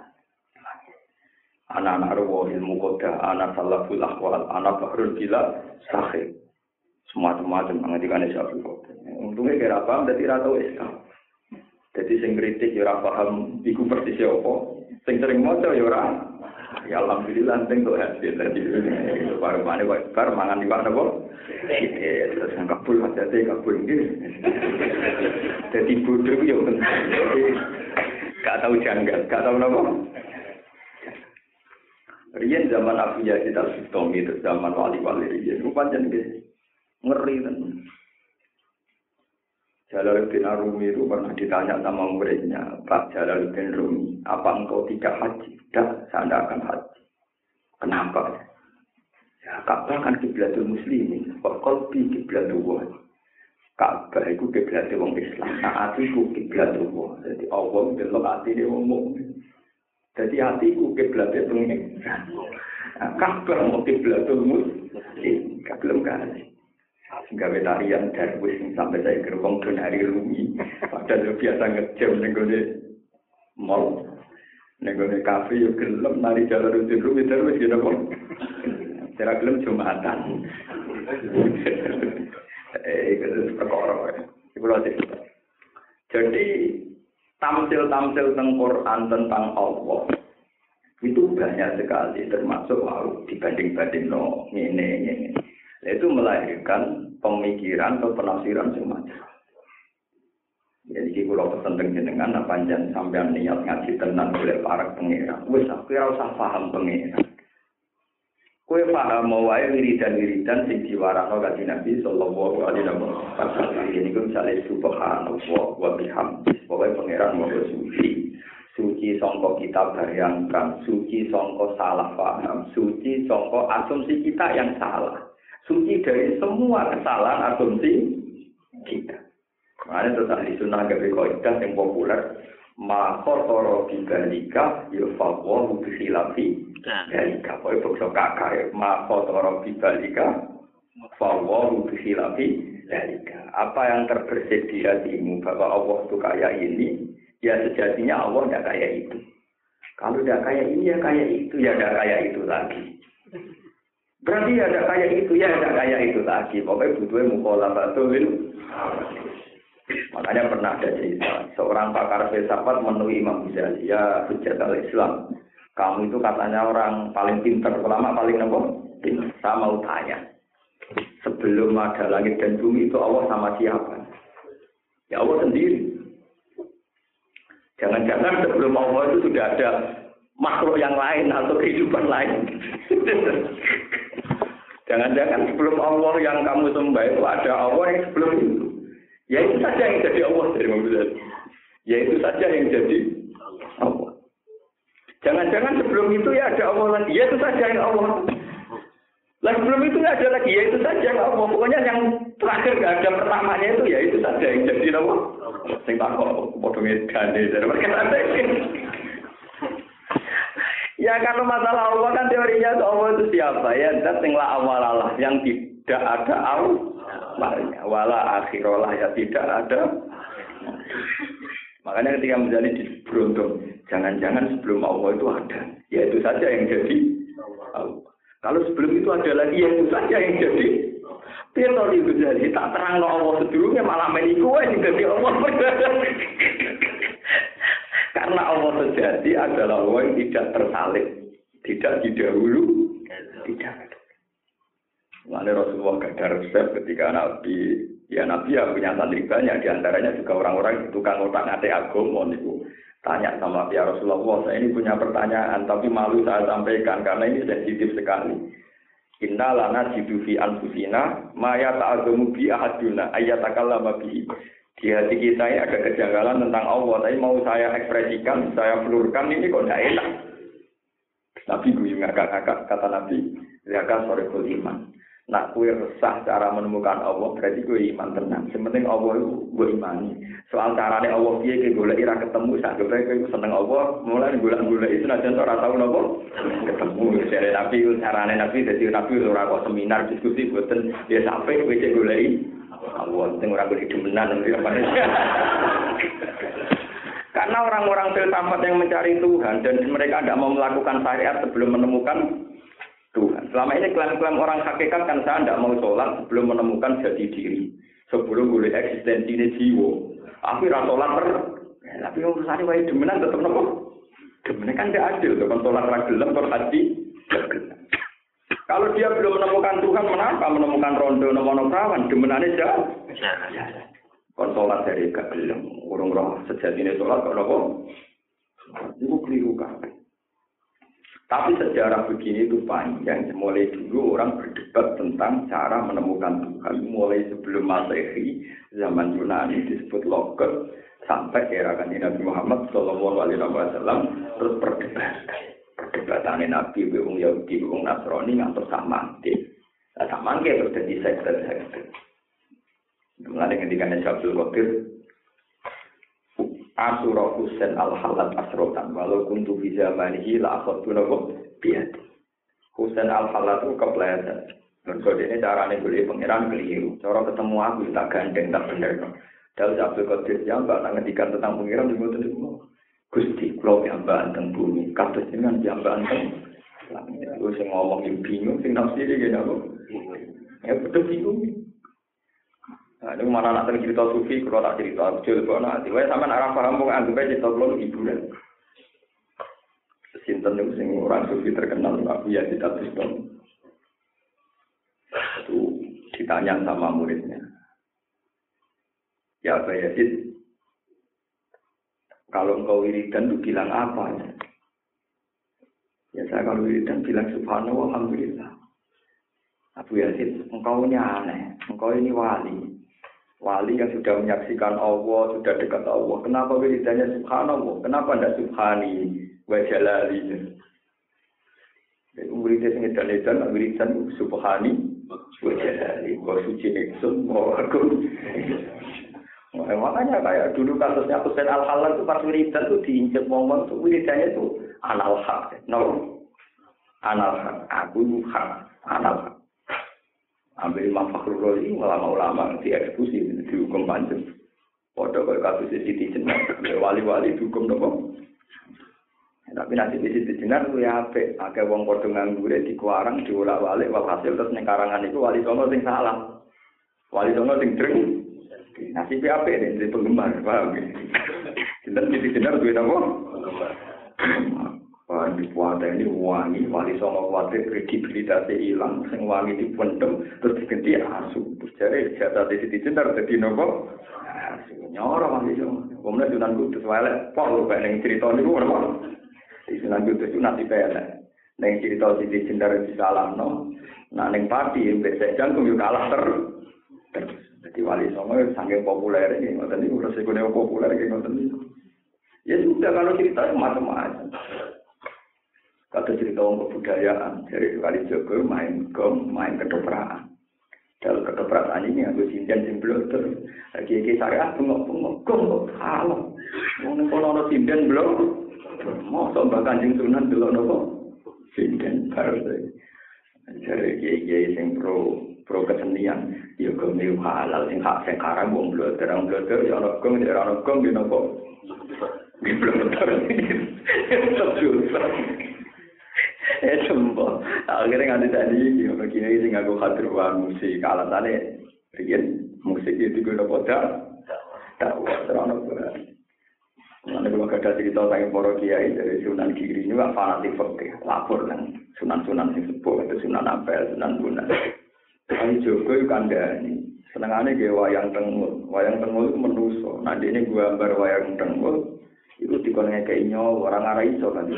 anak-anak roh ilmu koda, anak salaful akwal, anak bahrul bila sahih. Semacam-macam menghentikan syafil koda. Untungnya kira paham, jadi rata Islam. Jadi sing kritik ya paham, iku persis apa. Sing sering moco ya ora. Ya alhamdulillah sing tuh hasil. Jadi baru mana baru mangan di mana kok. Terus yang kabul hati-hati kabul ini. Jadi bodoh ya kan. Gak tahu janggal, gak tahu apa. Riyen zaman Abu Yazid Al-Bustami itu zaman wali-wali riyen itu pancen nggih ngeri tenan. Jalaluddin Ar-Rumi itu pernah ditanya sama muridnya, Pak Jalaluddin Rumi, apa engkau tidak haji? Tidak, saya tidak akan haji. Kenapa? Ya, Ka'bah kan kiblatul muslimin, wa qalbi kiblatul wa. Ka'bah itu kiblatul wong Islam, nah atiku kiblatul wa. Jadi Allah delok atine wong mukmin. Jadi hatiku kiblatnya pengen. Ka'bah mau kiblatul muslim, gak belum kasih. Sehingga tarian darwis sampai saya gerbong ke hari Rumi. Padahal biasa ngejam nenggone mall, nenggone kafe yo gelem nari Jalaluddin Rumi darwis gitu kok. Cara gelem Jumatan. Eh itu perkara. Iku lho. Jadi tamsil-tamsil tentang Quran tentang Allah itu banyak sekali, termasuk wow, dibanding-banding no ini ini. Itu melahirkan pemikiran atau penafsiran semacam. Jadi kalau pesan dengan apa jangan sampai niat ngaji tenan oleh para pengira. Wes aku ora usah paham pengira. Kowe paham wae wiridan-wiridan sing diwarano kanjeng Nabi sallallahu alaihi wasallam. Ini ku misale subhanallah wa bihamdi. Pokoke pangeran mau suci. Suci sangka kita bayangkan, suci sangka salah paham, suci sangka asumsi kita yang salah. Suci dari semua kesalahan asumsi kita. Makanya terus ahli sunnah gawe kaidah yang populer, ma khotoro bibalika yufawwahu bihilafi dalika. Pokoke bangsa kakak ma khotoro bibalika fawwahu bihilafi dalika. Apa yang terbersit di hatimu bahwa Allah itu kayak ini, ya sejatinya Allah tidak kayak itu. Kalau tidak kayak ini ya kayak itu, ya tidak kayak itu lagi. Berarti ada kayak itu, ya ada kayak itu lagi. Pokoknya butuhnya mukhalafatul. Makanya pernah ada cerita, seorang pakar filsafat menemui Imam Ghazali, ya hujjat al-Islam. Kamu itu katanya orang paling pintar, ulama paling apa? Pintar. Saya mau tanya, sebelum ada langit dan bumi itu Allah sama siapa? Ya Allah sendiri. Jangan-jangan sebelum Allah itu sudah ada makhluk yang lain atau kehidupan lain. Jangan-jangan sebelum Allah yang kamu sembah itu ada Allah yang sebelum itu. Ya itu saja yang jadi Allah dari Muhammad. Ya itu saja yang jadi Allah. Jangan-jangan sebelum itu ya ada Allah lagi. Ya itu saja yang Allah. Lah sebelum itu nggak ada lagi. Ya itu saja yang Allah. Pokoknya yang terakhir nggak ada pertamanya itu ya itu saja yang jadi Allah. Sing tak kok bodonge gane dari mereka ada. Ya kalau masalah Allah kan teorinya Allah itu siapa ya? Dan tinggal awal Allah yang tidak ada awalnya, wala akhirullah ya tidak ada. Makanya ketika menjadi di beruntung, jangan-jangan sebelum Allah itu ada, ya itu saja yang jadi Allah. Kalau sebelum itu ada lagi, ya itu saja yang jadi. Pietro itu jadi tak terang Allah sebelumnya malah meniku yang jadi Allah. Karena Allah sejati adalah adalah Allah yang tidak tersalib, tidak didahulu, tidak. Lalu Rasulullah gak ada resep ketika Nabi, ya Nabi ya punya santri banyak, diantaranya juga orang-orang tukang otak-atik agama itu. Tanya sama ya Rasulullah, saya ini punya pertanyaan, tapi malu saya sampaikan karena ini sensitif sekali. Inna lana jidu fi anfusina, maya ta'azamu bi ahaduna, ayatakallama bihi. Di hati kita ini ada kejanggalan tentang Allah, tapi mau saya ekspresikan, saya pelurkan, ini kok tidak enak. Nabi guyu ngakak-ngakak, kata Nabi, zakat sorikul iman. Nak kue resah cara menemukan Allah berarti kue iman tenang. Sementing Allah itu gue imani. Soal carane Allah dia ke golek ira ketemu sak gebre kowe seneng Allah, mulai golek-golek itu najan ora tau napa ketemu. Jare Nabi carane Nabi dadi Nabi ora kok seminar diskusi boten ya sampai kowe cek goleki Allah sing ora golek demenan karena orang-orang filsafat yang mencari Tuhan dan mereka tidak mau melakukan syariat sebelum menemukan Tuhan. Selama ini klaim-klaim orang hakikat kan saya tidak mau sholat sebelum menemukan jati diri. Sebelum boleh eksistensi ini jiwa. Aku rasa sholat per. Ya, tapi urusannya wajib demenan tetap nopo. Demenan kan tidak adil. Kan sholat ragelam per hati. Kalau dia belum menemukan Tuhan, kenapa menemukan rondo nomono perawan? Demenannya jauh. Ya. Kan sholat dari gagelam. Urung roh sejati ini sholat kok nopo. Itu keliru kan. Tapi sejarah begini itu panjang. Mulai dulu orang berdebat tentang cara menemukan Tuhan. Mulai sebelum Masehi, zaman Yunani disebut Logos, sampai era kanjeng Nabi Muhammad Shallallahu Alaihi Wasallam terus perdebatan. Perdebatan Nabi, wong Yahudi, wong Nasrani ngantos samangke. Nah, samangke terus jadi sekte-sekte. Mengenai ketika Abdul Qadir Asura Husain al-Halat asrotan walau kuntu fi zamanihi la akhadtu lahu biad. Husain al-Halat itu kepleset. Mergo dene carane golek pangeran keliru. Cara ketemu aku tak gandeng tak bener. Daud Abdul Qadir jambak nang ngendikan tentang pangeran di mboten niku. Gusti kula jambak teng bumi, kados jenengan jambak teng langit. Iku sing ngomong bingung sing nafsiri kene aku. Ya betul bingung. Nah, ini mana nak cerita sufi, kalau tak cerita, aku coba nanti. Wah, sampai arah paham, mau anggap aja cerita belum hiburan. Sesinten itu sing orang sufi terkenal, aku ya tidak bisa. Itu ditanya sama muridnya. Ya, Pak Yazid, kalau engkau wiridan, lu bilang apa ya? Ya, saya kalau wiridan bilang subhanallah, alhamdulillah. Abu Yazid, engkau ini aneh, engkau ini wali. Wali yang sudah menyaksikan Allah, sudah dekat Allah. Kenapa wiridannya subhanallah? Kenapa tidak subhani wa jalali? Wiridnya sing edan-edan, wiridan subhani wa jalali. Wa suci nexum, wa agung. Makanya kayak dulu kasusnya Husain al-Halal itu pas wiridan itu diinjek ngomong itu wiridannya itu anal hak. No. Anal hak. Aku hak. Anal hak. Ambil Imam Fakhrul Razi, ulama-ulama dieksekusi, dihukum panjang. Pada kasus Siti Jenar, wali-wali dihukum nopo. Tapi nanti di Siti Jenar itu ya apik. Akeh wong padha nganggure dikuarang, diolak-walik, walhasil terus ning karangan itu wali songo sing salah. Wali songo sing dreng. Nasib apik nek di penggemar, paham ya? Sinten Siti Jenar duwe nopo? Penggemar. Wah, di puasa ini wangi, wali songo kuatir kredibilitasnya hilang, sing wangi dipendem, terus diganti asu. Terus jadi jatah di Siti Jenar jadi nopo asu. Nyorong wali songo. Kemudian Sunan Kudus walek, pok lu kayak yang cerita ini, kenapa? Di Sunan Kudus itu nanti pelek. Yang cerita Siti Jenar di salah, no. Nah, yang padi, yang besek jangkung, juga kalah terus. Jadi wali songo saking populer ini, ngoten niku resikonya populer iki ngoten niku. Ya sudah kalau cerita macam-macam. Kata cerita orang kebudayaan, dari kali Joko main gong, main ketoprak. Dalam ketoprak ini aku sinden simbol terus. Lagi-lagi saya bengok-bengok gong kok salah. Mungkin kalau ada sinden belum, mau sobat Kanjeng Sunan dulu nopo sinden baru saya. Dari kiai-kiai yang pro pro kesenian, ya gong itu halal, yang hak sekarang gong belum terang belum terus, ya orang gong, ya orang gong di nopo. Di belum terus ini, terjusah. Eh sumpah, akhirnya nganti tadi, ya begini sih ngaku khadirwan musik, alasannya, bikin musik itu gue udah kodak, tak buat terang berat. Mana gue gak ada cerita tentang para kiai dari Sunan Giri ini gak fanatik fikih, lapor nang sunan-sunan sing sepuh itu Sunan Ampel, Sunan Bonang. Ayo Joko yo kandhani. Senengane ge wayang tengul. Wayang tengul itu menuso. Nah dene gambar wayang tengul itu dikon ngekeki nyawa orang ora iso kan.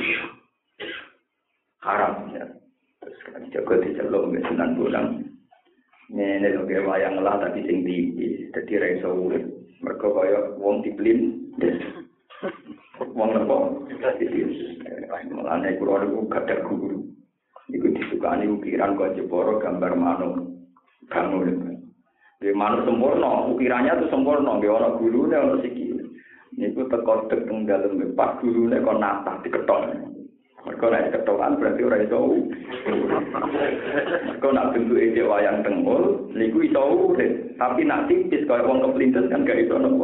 Haram ya. Terus kan Joko diceluk mbek Sunan Bonang. Ngene lho ge wayang lah tapi sing tipis, dadi ra iso urip. Mergo kaya wong diplin. Wong nopo? Mulane kula niku gadah guru. Iku disukani ukiran kok Jepara gambar manuk. Bangun. Di manuk sempurna, ukirannya itu sempurna, nggih ana gulune ana sikile. Niku teko tek teng dalem pas gulune kok natah diketok. Mergo nek diketokan berarti ora iso. Mergo nek bentuke cek wayang tengul niku iso urip, tapi nek tipis kaya wong keplintes kan gak iso nopo.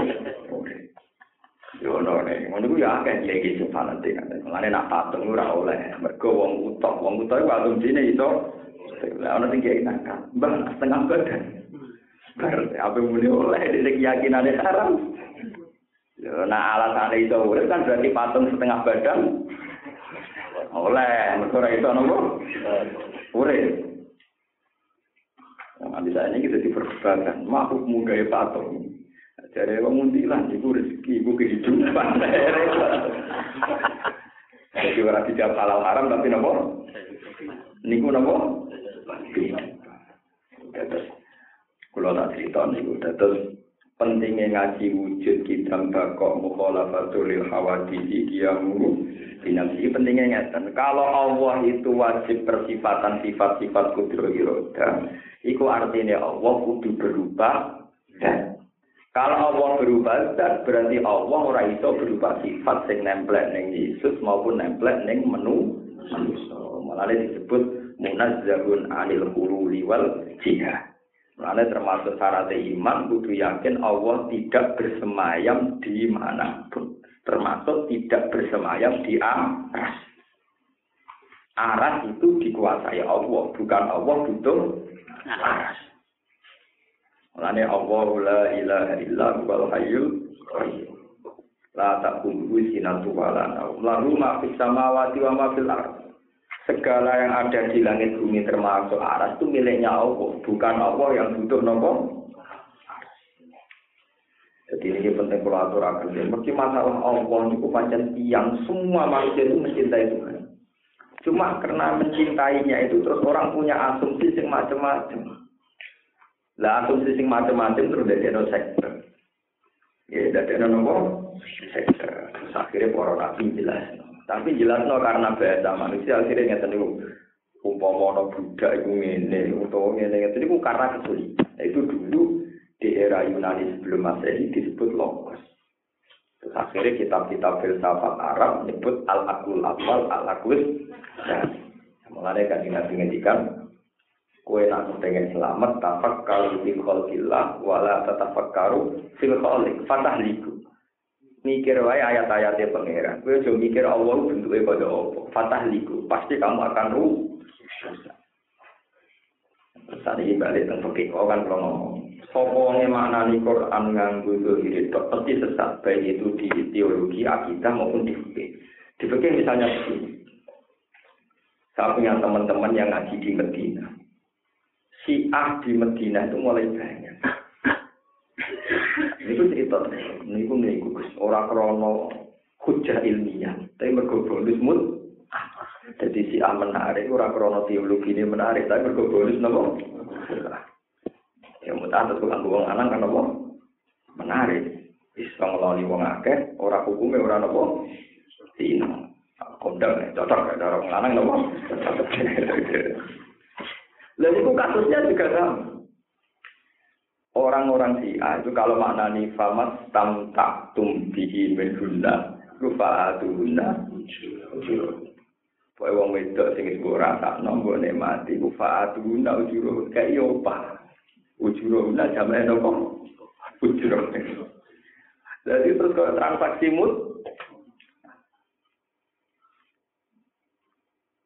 Yo ono nek ngono ku ya akeh iki sopan ate kan. Mulane nak patung ora oleh. Mergo wong utok, wong utok iku atum dine iso. Lah ono sing kiai nakal. Mbah setengah badan. Bar apa muni oleh iki keyakinane haram. Yo nak alasane iso urip kan berarti patung setengah badan. Oleh, mergo ora iso nopo? Urip. Nah, bisa ini kita diperdebatkan. Makhluk muda ya patung. Jadi wong mundilan iku rezeki, iku kehidupan. Jadi ora dijawab halal haram tapi napa? Niku napa? Terus kula tak cerita niku terus pentingnya ngaji wujud kita bakok mukhalafatul hawadisi kiyamu dinamsi pentingnya ngeten. Kalau Allah itu wajib persifatan sifat-sifat kudro iroda, iku artinya Allah kudu berubah dan kalau Allah berubah zat berarti Allah ora iso berubah sifat sing nemplek ning Yesus maupun nemplek ning menu manusia. Malah disebut munazzahun anil hululi wal jihad. Malah termasuk syarat iman kudu yakin Allah tidak bersemayam di manapun. Termasuk tidak bersemayam di aras. Aras itu dikuasai Allah, bukan Allah butuh aras. Mulane Allah la ilaha illa huwal hayyul qayyum. La ta'khudhuhu sinatun wa la nawm. Lahu ma fis samawati wa ma fil ardh. Segala yang ada di langit bumi termasuk aras itu miliknya Allah, bukan Allah yang butuh nopo. Jadi ini penting kalau aturakan. Mesti masalah Allah itu pancen tiang semua manusia itu mencintai Tuhan. Cuma karena mencintainya itu terus orang punya asumsi yang macam-macam. Lah asumsi sing macam-macam terus dadekno sektor. Ya dadekno nopo? Sektor. Terus akhirnya para nabi jelas. Tapi jelasno karena bahasa manusia akhirnya ngeten niku. Umpama ana budak iku ngene, utawa ngene ngeten niku karena kesulitan. Itu dulu di era Yunani sebelum Masehi disebut logos. Terus akhirnya kitab-kitab filsafat Arab menyebut al-aqlul awal, al-aqlus. Nah, mulane kan Nabi ngendikan kowe nak pengen selamat tafakkaru fil khalqillah wala tatafakkaru fil khaliq fatahliku. Mikir wae ayat-ayate pangeran. Kowe aja mikir Allah bentuke kaya apa. Fatahliku, pasti kamu akan rusak. Terus iki balik teng fikih kan kula ngomong. Sapa wong maknani Quran nganggo zahir tok pasti sesat baik itu di teologi akidah maupun di fikih. Di fikih misalnya begini. Saya punya teman-teman yang ngaji di Medina. Syiah di Medina itu mulai banyak. Ini itu cerita, ini itu nih gugus. Orang krono hujah ilmiah, tapi mergo bonus mut. Jadi Syiah menarik, orang krono teologi ini menarik, tapi mergo bonus nopo. Ya mudah terus bukan buang anak kan nopo menarik. Bisa ngeloni wong akeh, orang hukumnya orang nopo. Tino, kondang, cocok ada orang lanang nopo. Lalu itu kasusnya juga sama. Orang-orang Syiah itu kalau maknani famas tam tak tumbihi menhunda rufaatuhuna ujur. Poe wong wedok sing wis ora sakno nggone mati rufaatuhuna ujur kae yo pa. Ujur ora jamae nopo? Ujur. Jadi terus kalau transaksi mut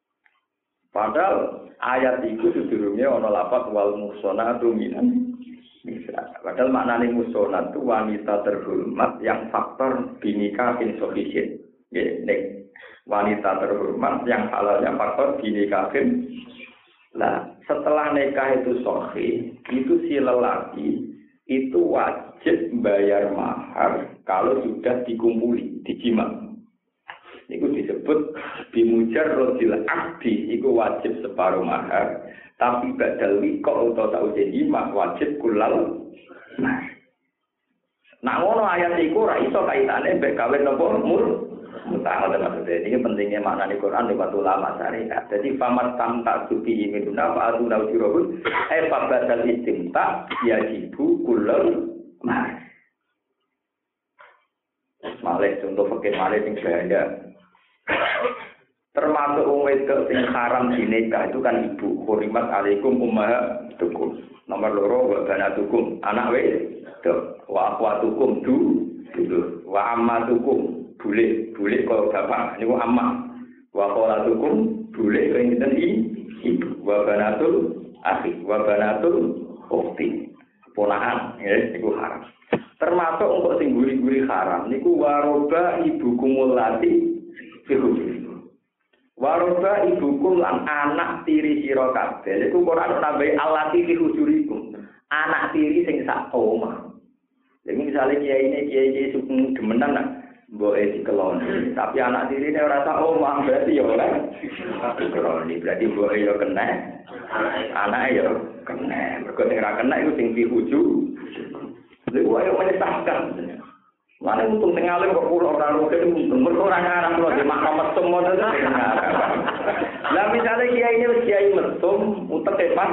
padahal ayat itu sedurunge ana lafaz wal musonatu minan Bisa. Padahal maknanya musonat itu wanita terhormat yang faktor binika insufisien. Ya, wanita terhormat yang halalnya faktor binika. Nah, setelah nikah itu sahih, itu si lelaki itu wajib bayar mahar kalau sudah dikumpuli, dijima. Itu disebut bimujarrodil akdi, itu wajib separuh mahar. Tapi badal wiko atau tau jima wajib kulal. Nah, nah ngono ayat iku ora iso kaitane mbek kawin napa mur. Mutah maksudnya ini pentingnya makna di Quran lewat ulama syariat. Jadi famat tamta subi imiduna fa atuna ujurahun eh fabadal istimta yajibu kulal mahar. Malih contoh fakir malih sing bahaya. Termasuk wong wedok sing haram dinikah itu kan ibu. Hurimat alaikum ummahatukum. Nomor loro wa banatukum, anak wedok. Wa akhwatukum du, dulu. Wa ammatukum, bule, bule kalau bapak niku ammah. Wa khalatukum, bule sing sinten ibu. Wa banatul akhi, wa banatul ukhti. Ponakan, ya niku haram. Termasuk untuk sing guri-guri haram niku waroba ibukumul lati waroba ibukum lan anak tiri sira kabeh iku Quran nambahi alati fi hujurikum anak tiri sing sak omah. Lha misale kiai ini kiai sing demenan nak mboke dikeloni tapi anak tiri ne ora sak omah berarti ya ora dikeloni berarti mboke ya kena anak ya kena mergo sing ora kena iku sing fi hujur. Lha ayo menyesatkan. Mana untung sing alim kok kula ora rugen untung mergo ora ngarang kula di makam mesum ngoten. Lah misale kiai ini wis kiai mesum utek tepan.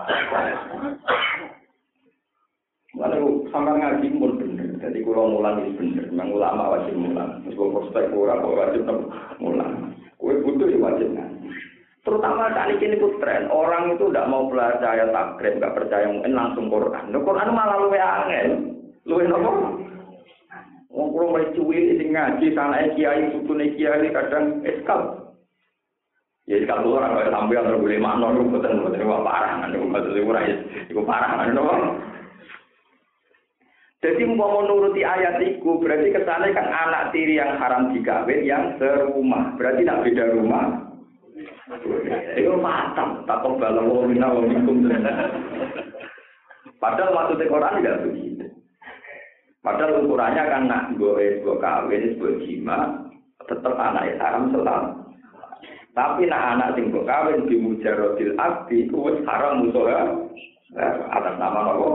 Mana ku sampean ngaji mun bener. Dadi kula mulang iki bener. Memang ulama wajib mulang. Meskipun prospek ora wajib mulang. Kowe butuh ya wajib ngaji. Terutama kali ini pun tren orang itu tidak mau percaya takrib, nggak percaya mungkin langsung Quran. Nah, Quran malah luwe angel, luwe nopo. Wong kula mulai cuwi sing ngaji sanake kiai sutune kiai kadang eskal. Ya eskal ora kaya sampeyan ora boleh makna niku boten boten wae parah niku maksud ora iku parah nopo. Jadi mau menuruti ayat itu berarti kesana kan anak tiri yang haram dikawin yang serumah. Berarti tidak beda rumah. Itu matang, tak kebal wong mina wong minkum. Padahal waktu di Quran tidak begitu. Padahal ukurannya kan nak gue gue kawin gue jima tetap anak haram selalu. Tapi nak anak sing gue kawin di mujarodil abdi itu haram musola atas nama apa?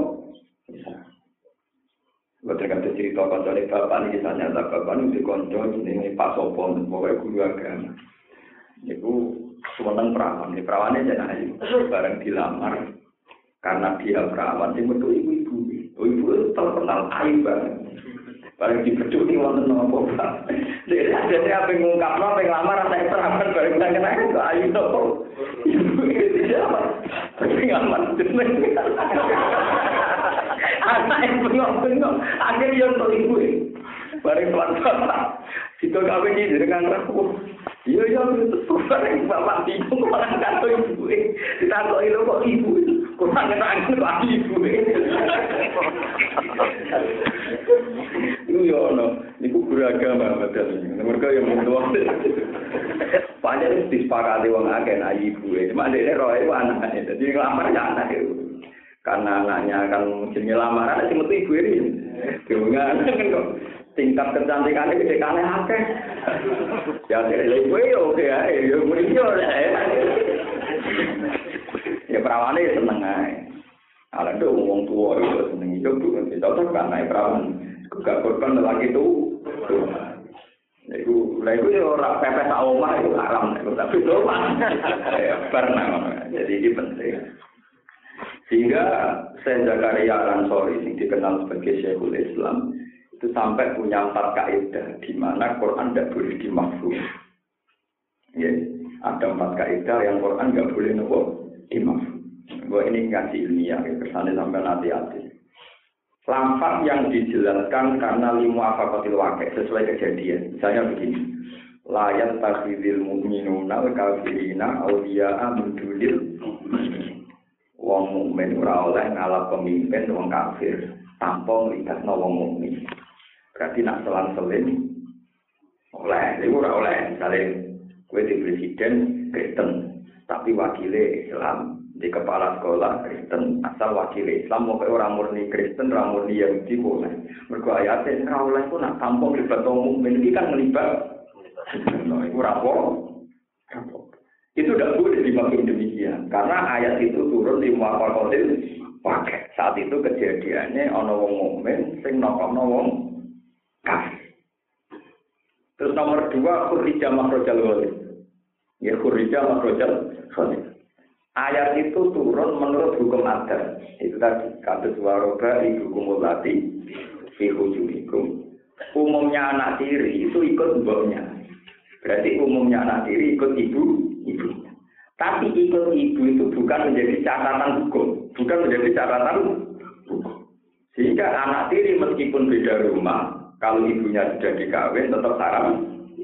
Gue terkata cerita koncone bapak ini kisahnya bapak ini di konco ini Pak Sopon pokoknya guru agama. Itu semenang perawan, ini perawannya jangan ayu, bareng dilamar karena dia perawan, dia metu ibu-ibu, ibu itu terkenal ayu banget, bareng dibeduk nih wonten nopo pak, jadi ada apa ngungkap nopo lamar saya perawan bareng kita kena itu ayu nopo, ibu itu siapa, tapi ngaman jenis, anak ibu ngomong, akhirnya untuk ibu, bareng tuan bapak, situ kawin ini dengan rapuh. Iya iya itu bareng bapak bingung orang kata ibu eh ditakoi lho kok ibu kurang ngerti kok ibu itu ya ono niku beragama padahal mereka yang mentua banyak disepakati wong akeh nek ibu e cuma dekne roe ku anake dadi ngelamar ya anak itu karena anaknya kan jenenge lamaran sing metu ibu iki diungan kan kok tingkat kecantikannya gede kane akeh. Ya lha kowe yo oke ae, yo muni yo ae. Ya prawane seneng ae. Ala nduk wong tuwa yo seneng iso bukan cocok kan ae prawan. Gak korban lagi itu. Iku lha iku yo ora pepes sak omah iku haram nek tapi doang. Ya pernah. Jadi ini penting. Sehingga Syekh Zakaria Al-Ansori yang dikenal sebagai Syekhul Islam itu sampai punya empat kaidah di mana Quran tidak boleh dimafhum. Ya, ada empat kaidah yang Quran nggak boleh nopo dimafhum. Gua ini ngaji ilmiah, ya, kesannya sampai hati-hati. Lafaz yang dijelaskan karena limu afakotil wakil sesuai kejadian. Misalnya begini, layat takhidil mu'minuna wal kafirina awliya'a min dunil wong mukmin ora oleh ngalap pemimpin wong kafir tanpa melibatno wong mukmin. Berarti nak selang-seling oleh, itu ora oleh. Misalnya kowe di presiden Kristen, tapi wakile Islam, di kepala sekolah Kristen, asal wakile Islam mau orang murni Kristen, orang murni Yahudi boleh. Mergo ayate ora oleh ku nak tanpa melibatno wong mukmin iki kan melibat. Nah, itu rapor. Itu tidak boleh dimaksud demikian karena ayat itu turun di muafakotil pakai saat itu kejadiannya ono wong mukmin sing nokono wong kafir. Terus nomor dua khurija makrojal ghalib. Ya khurija makrojal ghalib. Ayat itu turun menurut hukum adat. Itu tadi kados waroba hukum mulati fi hujumikum. Umumnya anak tiri itu ikut mboknya. Berarti umumnya anak tiri ikut ibu. Ibu. Tapi ikut ibu itu bukan menjadi catatan hukum, bukan menjadi catatan hukum. Sehingga anak tiri meskipun beda rumah, kalau ibunya sudah dikawin tetap haram.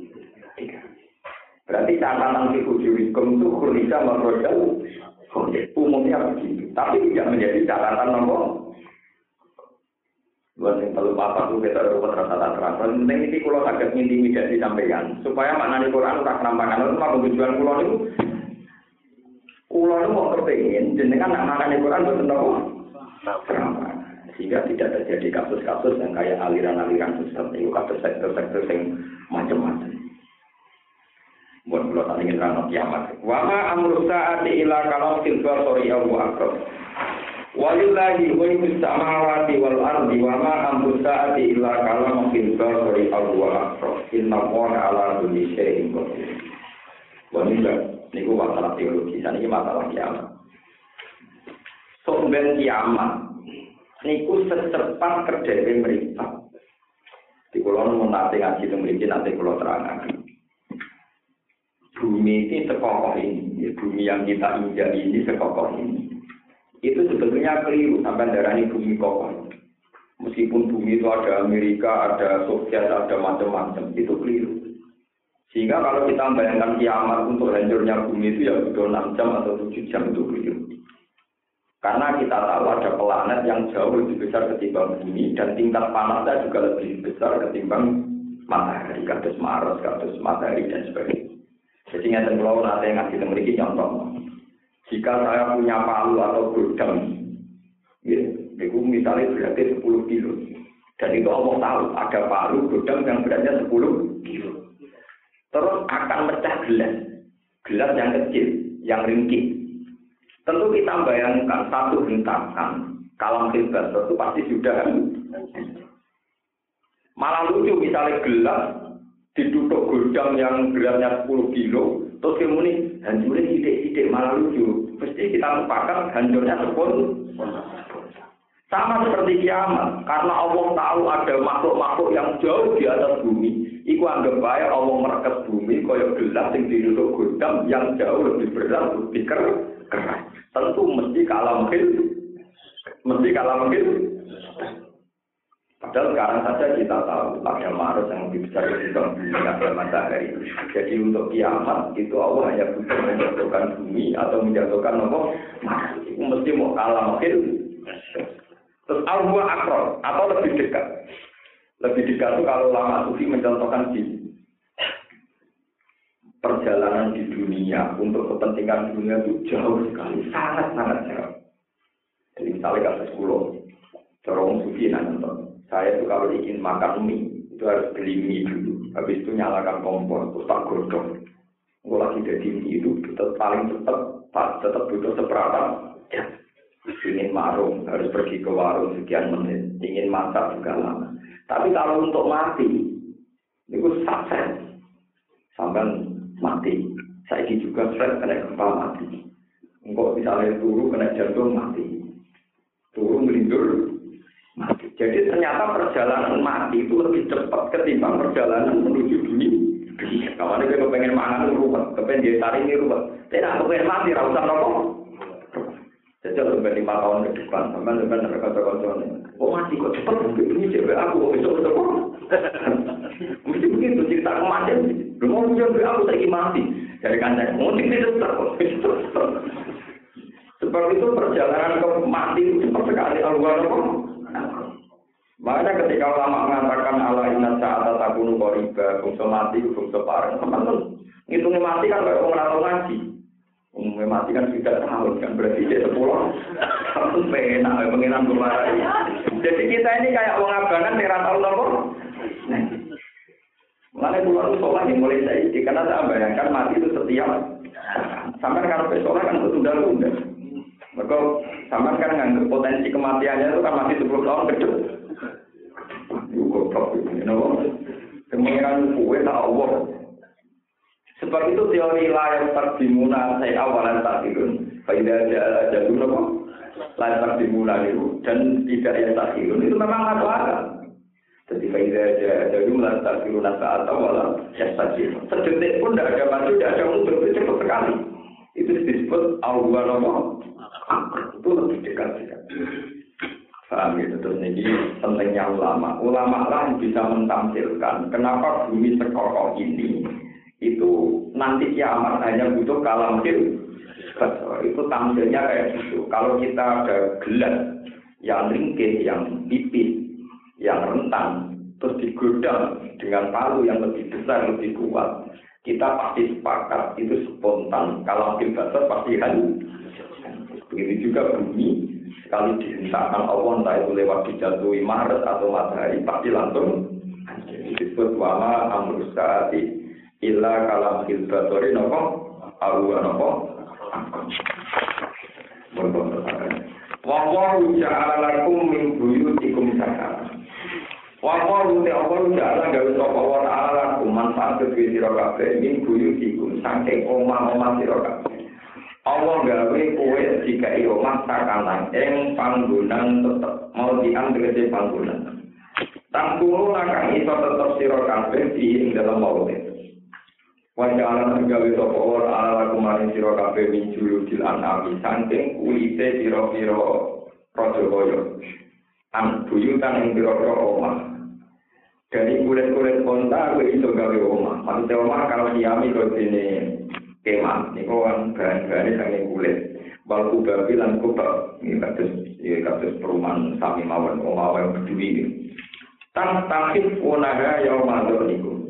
Berarti catatan fikujurikum itu khurija makrojal umumnya begitu, tapi tidak menjadi catatan nomor. Buat yang perlu apa tuh kita dapat rasa terang. Penting ini kalau agak intimidasi sampaikan supaya maknanya Quran tak kenampakan. Itu apa tujuan pulau itu? Pulau itu mau kepingin, jenengan nak makan Quran betul nopo kenampakan. Sehingga tidak terjadi kasus-kasus yang kayak aliran-aliran sesat itu kasus sektor-sektor yang macam-macam. Buat pulau tak ingin rano kiamat. Wama amru saati ila kalau silbar sorry Abu Akbar. Walillahi ghaibus samawati wal ardi wa ma amru saati illa kalamun fil basari aw akbar. Inna Allaha ala kulli syai'in qadir. Wanita niku masalah teologi, saniki masalah kiamat. Somben kiamat niku secepat kerjane mripat. Di kula mun nate ngaji teng mriki nate kula terangaken. Bumi ini sekokoh ini, ya, bumi yang kita injak ini sekokoh ini. Itu sebetulnya keliru sampai darahnya bumi kokoh. Meskipun bumi itu ada Amerika, ada Soviet, ada macam-macam, itu keliru. Sehingga kalau kita membayangkan kiamat untuk hancurnya bumi itu ya butuh enam jam atau tujuh jam itu keliru. Karena kita tahu ada planet yang jauh lebih besar ketimbang bumi dan tingkat panasnya juga lebih besar ketimbang matahari, kados Mars, kados matahari dan sebagainya. Jadi ngeten kula nate ngaji teng mriki contoh. Jika saya punya palu atau godam, ya, itu misalnya beratnya sepuluh kilo. Dan itu Allah tahu, ada palu godam yang beratnya sepuluh kilo. Terus akan pecah gelas. Gelas yang kecil, yang ringkih. Tentu kita bayangkan satu hentakan, kalam bebas itu pasti sudah. Malah lucu misalnya gelas, ditutup godam yang beratnya sepuluh kilo, terus kemudian hancurnya sidik-sidik malah lucu. Mesti kita lupakan hancurnya sepuluh. Sama seperti kiamat, karena Allah tahu ada makhluk-makhluk yang jauh di atas bumi. Iku anggap baik Allah merekes bumi, kaya gelas yang ditutup godam yang jauh lebih berat, lebih keras. Tentu mesti kalah mungkin, mesti kalah mungkin. Padahal sekarang saja kita tahu ada Mars yang lebih besar ketimbang bumi, ada matahari. Jadi untuk kiamat itu Allah hanya butuh menjatuhkan bumi atau menjatuhkan apa? Mars. Itu mesti mau kalah mungkin. Terus al-huwa akron atau lebih dekat. Lebih dekat itu kalau lama sufi mencontohkan di perjalanan di dunia untuk kepentingan dunia itu jauh sekali, sangat-sangat jauh. Jadi misalnya kasus pulau, corong sufi nonton. Saya itu kalau ingin makan mie, itu harus beli mie dulu. Habis itu nyalakan kompor, terus tak godong. Kalau lagi jadi mie itu tetap paling cepat, tetap butuh seberapa jam. Ingin marung, harus pergi ke warung sekian menit. Ingin masak juga lama. Tapi kalau untuk mati, itu sukses. Sampai mati. Saya juga stres kena gempa mati. Engkau misalnya turu kena jantung mati. Turu melindur mati. Jadi ternyata perjalanan mati itu lebih cepat ketimbang perjalanan menuju dunia. Kalau ada yang pengen mangan itu ruwet, kepengen dia tarik ini ruwet. Tidak, kepengen mati, rausan rokok. Jadi sampai lima tahun ke depan, sampai sampai mereka kocok-kocoknya. Oh mati kok cepat, ini cewek aku kok besok-besok. Mesti begitu cerita kemarin. Lu mau cewek aku lagi mati. Dari kancah, mau cerita tetap. Sebab Sebab itu perjalanan ke mati itu cepat sekali. Al-Ghuraba. Makanya ketika ulama mengatakan ala inna sa'ata takunu qariba, bangsa mati itu bangsa pareng, teman-teman. Ngitungnya mati kan kayak orang atau ngaji. Umumnya mati kan sudah tahun kan berarti dia sepuluh. Terus penak pengiran kemarin. Jadi kita ini kayak orang abangan yang tahu nopo. Mulai keluar sholat yang mulai saya karena saya bayangkan mati itu setiap. Sampai kalau sholat kan itu tunda-tunda. Maka sampai kan nganggap potensi kematiannya itu kan masih sepuluh tahun ke depan. Goblok itu, kenapa? Kemungkinan kue tak Allah. Sebab itu teori layar terdimuna saya awalan tak dirun. Faidah jadul apa? Layar terdimuna itu dan tidak yang tak dirun itu memang masuk akal. Jadi faidah jadul layar tak dirun saat awalan yang tak dirun. Sedetik pun tidak ada maju, tidak ada mundur, itu cepat sekali. Itu disebut awalan apa? Itu lebih dekat sekali. Paham gitu, terus ini pentingnya ulama. Ulama lah yang bisa mentampilkan kenapa bumi sekokoh ini itu nanti kiamat hanya butuh kalam fil. Itu tampilnya kayak gitu. Kalau kita ada gelas yang ringkih, yang tipis, yang rentan, terus digodam dengan palu yang lebih besar, lebih kuat, kita pasti sepakat itu spontan. Kalam fil basar pasti hancur. Begitu juga bumi. Sekali dihentakkan Allah, entah itu lewat dijatuhi Maret atau matahari, pasti langsung disebut wama amrus saati illa kalam hilbatori nopo awa nopo wawahu ja'ala lakum min buyutikum sakara wawahu te'awahu ja'ala gawe sopa wa ta'ala lakum manfaat kedua sirakabe min buyutikum saking omah-omah sirakabe Allah gawe kowe jika iyo masakan ing panggonan tetep mau diambil ke panggonan. Tangkulu nakang iso tetep sira kabeh di ing dalam maute. Wajalan gawe sapa ora ala kumaring sira kabeh min juludil anami saking kulite pira-pira raja kaya. An buyutan ing pira-pira omah. Dari kulit-kulit onta kowe iso gawe omah. Maksudnya omah kalau diami kok dene kemah, ini kan bahan-bahannya sangat kulit. Balku babi lan kubak, ini kasus, ini kasus perumahan sami mawon, omawa yang berdui. Tan takif unaha yaw mazur niku.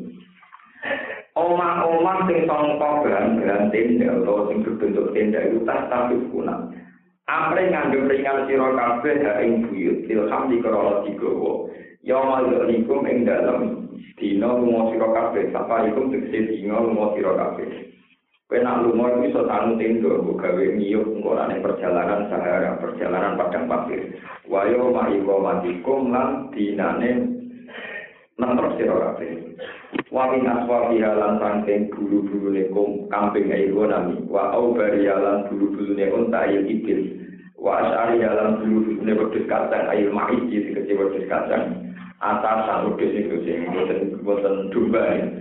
Omah-omah sing sangka bahan-bahan tenda atau sing berbentuk tenda itu tas takif unah. Apre ngandung ringan sira kabeh ha ing buyut, ilham dikrono digawa. Yaw mazur niku ing dalem dina lunga sira kabeh, sapa iku tegese dina lunga sira kabeh. Penak lumur iso tanu tendo gawe ngiyup ngorane perjalanan sahara, perjalanan padang pasir. Wayo ma'iko matikum lan dinane nemper sira kabeh. Wa min aswafi halan sangking bulu-bulune kambing ayo nami. Wa au barialan bulu-bulune unta ayo ibil. Wa asari halan bulu-bulune wedhus kacang ayo ma'is dikece wedhus kacang. Atasan wedhus iku sing boten domba.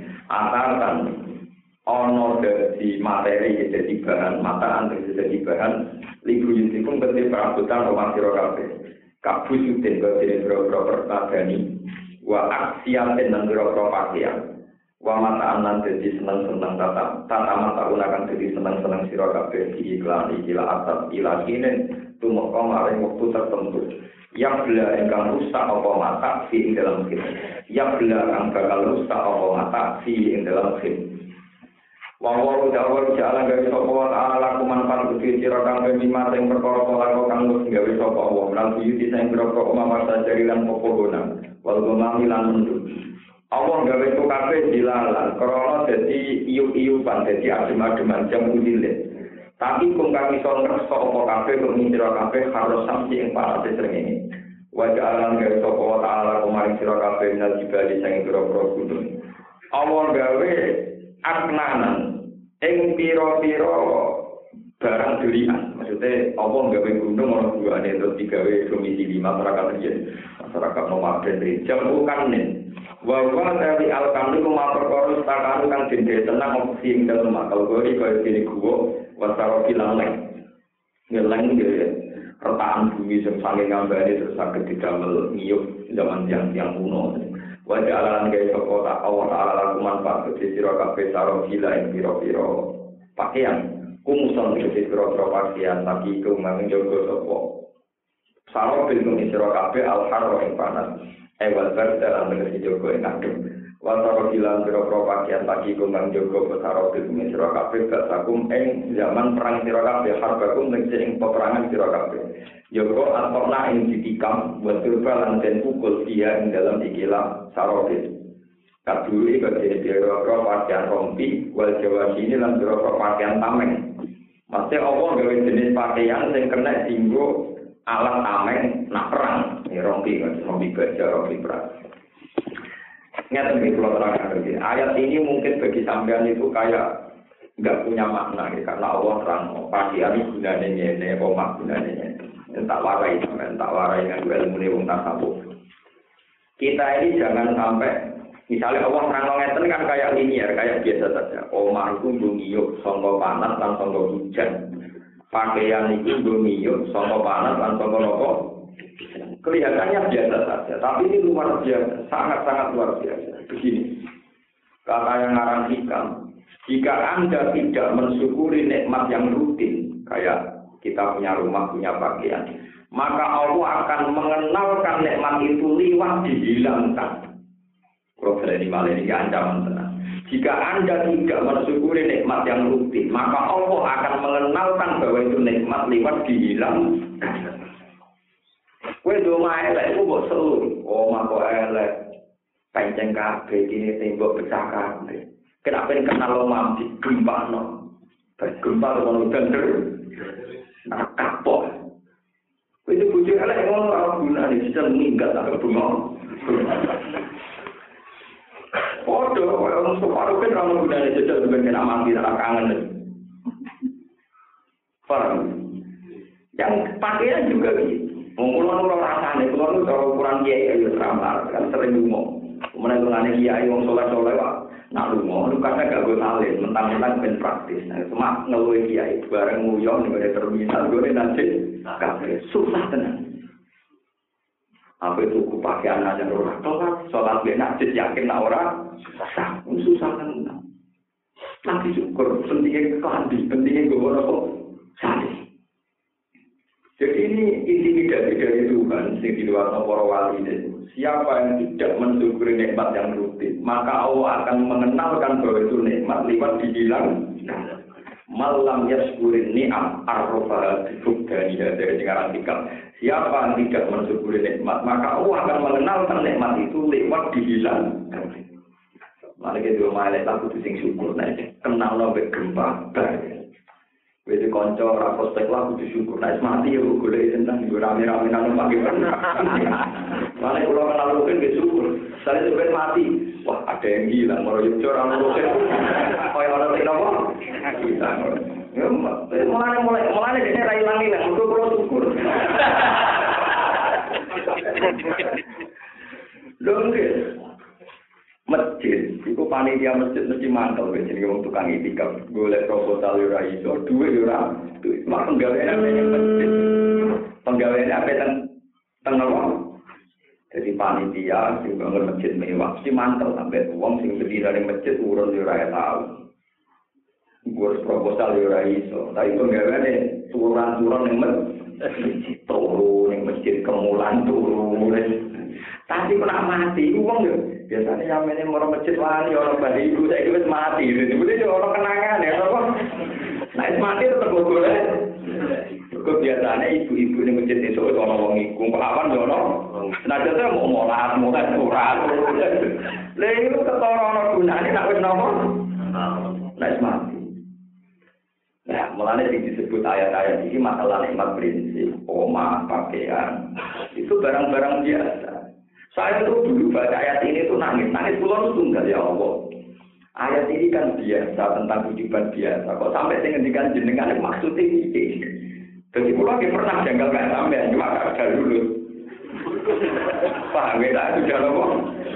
Atasan ono dari materi jadi bahan mataan jadi bahan libu yutikum ketika perabotan rumah sira kabeh kabus yuten ketika boro-boro pertagani wa aksiaten dan boro-boro pakaian wa mataan lan dadi seneng-seneng tata tata mata unakan dadi seneng-seneng sira kabeh iklan ikila atas ilakine tumeka maring wektu tertentu yang bela ingkang rusak apa mata fi ing dalam film yang bela kang bakal rusak apa mata fi ing dalam film. Wawal dawal jalan gawe sapa wa ta'ala laku manfaat kudu sira kang mimma sing perkara kala kang wis gawe sapa wa lan buyuti sing perkara omah sajari lan poponan wal gomami lan mendut. Allah gawe ku kabeh dilalan krana dadi iyu-iyupan dadi adem-ademan jam udile. Tapi kung kang iso ngerso apa kabeh kok sira kabeh harus samsi ing parate srengenge. Wa ja'alan gawe sapa wa ta'ala kumaring sira kabeh nal jibali sing pira-pira gunung. Allah gawe aknanan ing pira-pira barang durian. Maksudnya apa gawe gunung ana buane terus digawe domisili masyarakat riyen. Masyarakat nomaden jam bukan nih. Wa wa dari al-kamil kuma perkara setakan kang dende tenang opsi ing dalem akal gori kaya dene guwa wasaro kilang ngeleng ya. Retakan bumi sing saking ngambane terus saged didamel ngiyup zaman yang yang kuno. Wajah alalan gaya soko tak awal ala laku manfaat ke siro kafe saro gila yang piro-piro pakaian Kumuson tegese pira-pira pakaian tapi kemang jogo sapa. Sarok bil sira kabeh al-harro ing panas. Ewal bar dalam negeri jogo ing adem. Wasaro bilang pira-pira pakaian tapi kemang jogo sarok bil sira kabeh sakum ing zaman perang sira kabeh harbakum ing peperangan sira kabeh. Jogo atorna ing ditikam wa turbalan den pukul dia ing dalam ikilah sarok. Kaduri bagi pira-pira pakaian rompi wal jawa sini lan pira-pira pakaian tameng. Maksudnya Allah gawe jenis pakaian sing kena dinggo alat tameng nak perang. Ini rompi, rompi baja, rompi perang. Ingat ini kalau terang ayat ini mungkin bagi sampean itu kayak nggak punya makna ya, karena Allah terang pakaian ini gunanya ini, omak gunanya ini. Tak warai, tak warai dengan ilmu ini wong tasawuf. Kita ini jangan sampai misalnya Allah terang ngeten kan kayak linear, kayak biasa saja. Omah itu ngiyuk, sangka panas lan sangka hujan. Pakaian itu ngiyuk, sangka panas lan sangka nopo. Kelihatannya biasa saja, tapi ini luar biasa, sangat-sangat luar biasa. Begini, kata yang ngarang hikam, jika Anda tidak mensyukuri nikmat yang rutin, kayak kita punya rumah, punya pakaian, maka Allah akan mengenalkan nikmat itu liwat dihilangkan. Kalau berani malah ini ancaman tenang. Jika Anda tidak mensyukuri nikmat yang rutin, maka Allah akan mengenalkan bahwa itu nikmat lewat dihilangkan. Kue doma elek, kue buat seluruh. Oh, mako elek. Penceng kabeh, ini tembok pecah kabeh. Kenapa ini kenal omam di gempa, no? Gempa, kalau udah terus. Nah, kapok. Kue itu bujuk elek, ngono orang guna, ini bisa meninggal, tak kebunga. Waduh, orang separuh kan orang gunanya jajal sebagai nama mati, tak kangen. Paham? Yang pakaian juga gitu. Mengulur orang rasanya, kalau itu kalau ukuran kiai itu teramar, kan sering ngomong. Kemudian kalau kiai orang soleh-soleh, nak ngomong, itu karena gak gue salin, mentang-mentang ben praktis. Nah, cuma ngeluhin kiai, bareng nguyong, di terminal, gue nanti, kafe, susah tenang. Apa itu pakaian aja orang tua, sholat benak, yakin nak orang, susah, susah tenang. Nanti syukur, pentingnya kelambi, pentingnya gue orang salin. Jadi ini intimidasi dari Tuhan, yang di luar para wali itu. Siapa yang tidak mensyukuri nikmat yang rutin, maka Allah akan mengenalkan bahwa itu nikmat lewat dibilang malam yaskurin ni'am arrofa dibukdaniya dari dengaran tikam. Siapa yang tidak mensyukuri nikmat, maka Allah akan mengenalkan nikmat itu lewat dibilang. Mari kita mulai lagu sing syukur, kenal nabe gempa. Wede konco ora prospek lah kudu syukur. Nek mati ya golek tentang yo rame-rame nang pagi pernah. Mane kula kenal rugen ge syukur. Sale sampe mati, wah ada yang gila moro yo ora rugen. Kaya ora teko apa? Kita. Ya mulane mulai mulane dene ra ilang ilang mergo kula syukur. Lho nggih. Masjid, itu panitia masjid mesti mantau ya, jadi orang tukang itikaf, golek proposal ora iso, duit ora, duit. Mak penggawean apa yang masjid, penggawean apa yang tengah. Jadi panitia, sing bangun masjid mewah, mesti mantau sampai uang sing berdiri dari masjid urun ora tahu. Gue proposal ora iso, tapi penggawean turun-turun yang masjid, turun yang masjid kemulan turun. Tapi pernah mati, uang ya. Biasanya yang ini mau masjid wani, orang badi ibu, saya itu mati. Itu dia orang kenangan ya, apa? Nah, mati tetap boleh. Biasanya ibu-ibu ini masjid itu orang orang ikut, kapan jono? Nah, jadi mau molat, molat, surat. Lalu itu ketorong gunanya, nak wis nopo? Nah, mati. Nah, mulanya disebut ayat-ayat ini masalah nikmat prinsip, omah, pakaian, itu barang-barang biasa. Saya itu dulu baca ayat ini tuh nangis, nangis pulau itu tunggal ya Allah. Ayat ini kan biasa tentang kehidupan biasa. Kok sampai saya ngendikan jenengan maksudnya ini. Jadi pulau lagi pernah janggal kayak sampai, cuma gak ada dulu. Paham ya? Itu jalan kok.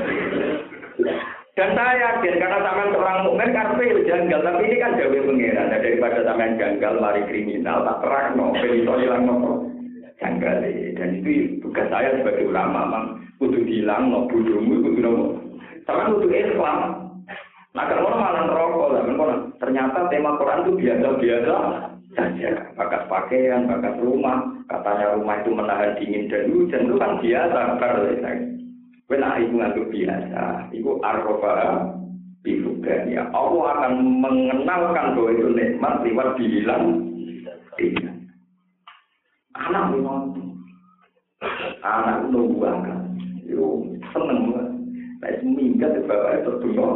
Dan saya yakin karena sampean seorang mukmin karpe janggal, tapi ini kan jauh pengiran. Daripada sampean janggal lari kriminal, tak terang no, pelito hilang no. Janggal dan itu tugas saya sebagai ulama, mang kudu hilang no bodohmu kudu nopo. Sama kudu Islam. Nah kalau malah rokok lah, ternyata tema Quran itu biasa-biasa saja. Bakas pakaian, bakas rumah, katanya rumah itu menahan dingin dan hujan itu kan biasa. Karena itu nggak biasa, itu arroba bihugan ya. Allah akan mengenalkan bahwa itu nikmat lewat bilang tidak. Anak memang, anak nunggu akan, yo seneng lah. Nah seminggat di bawah itu dunia.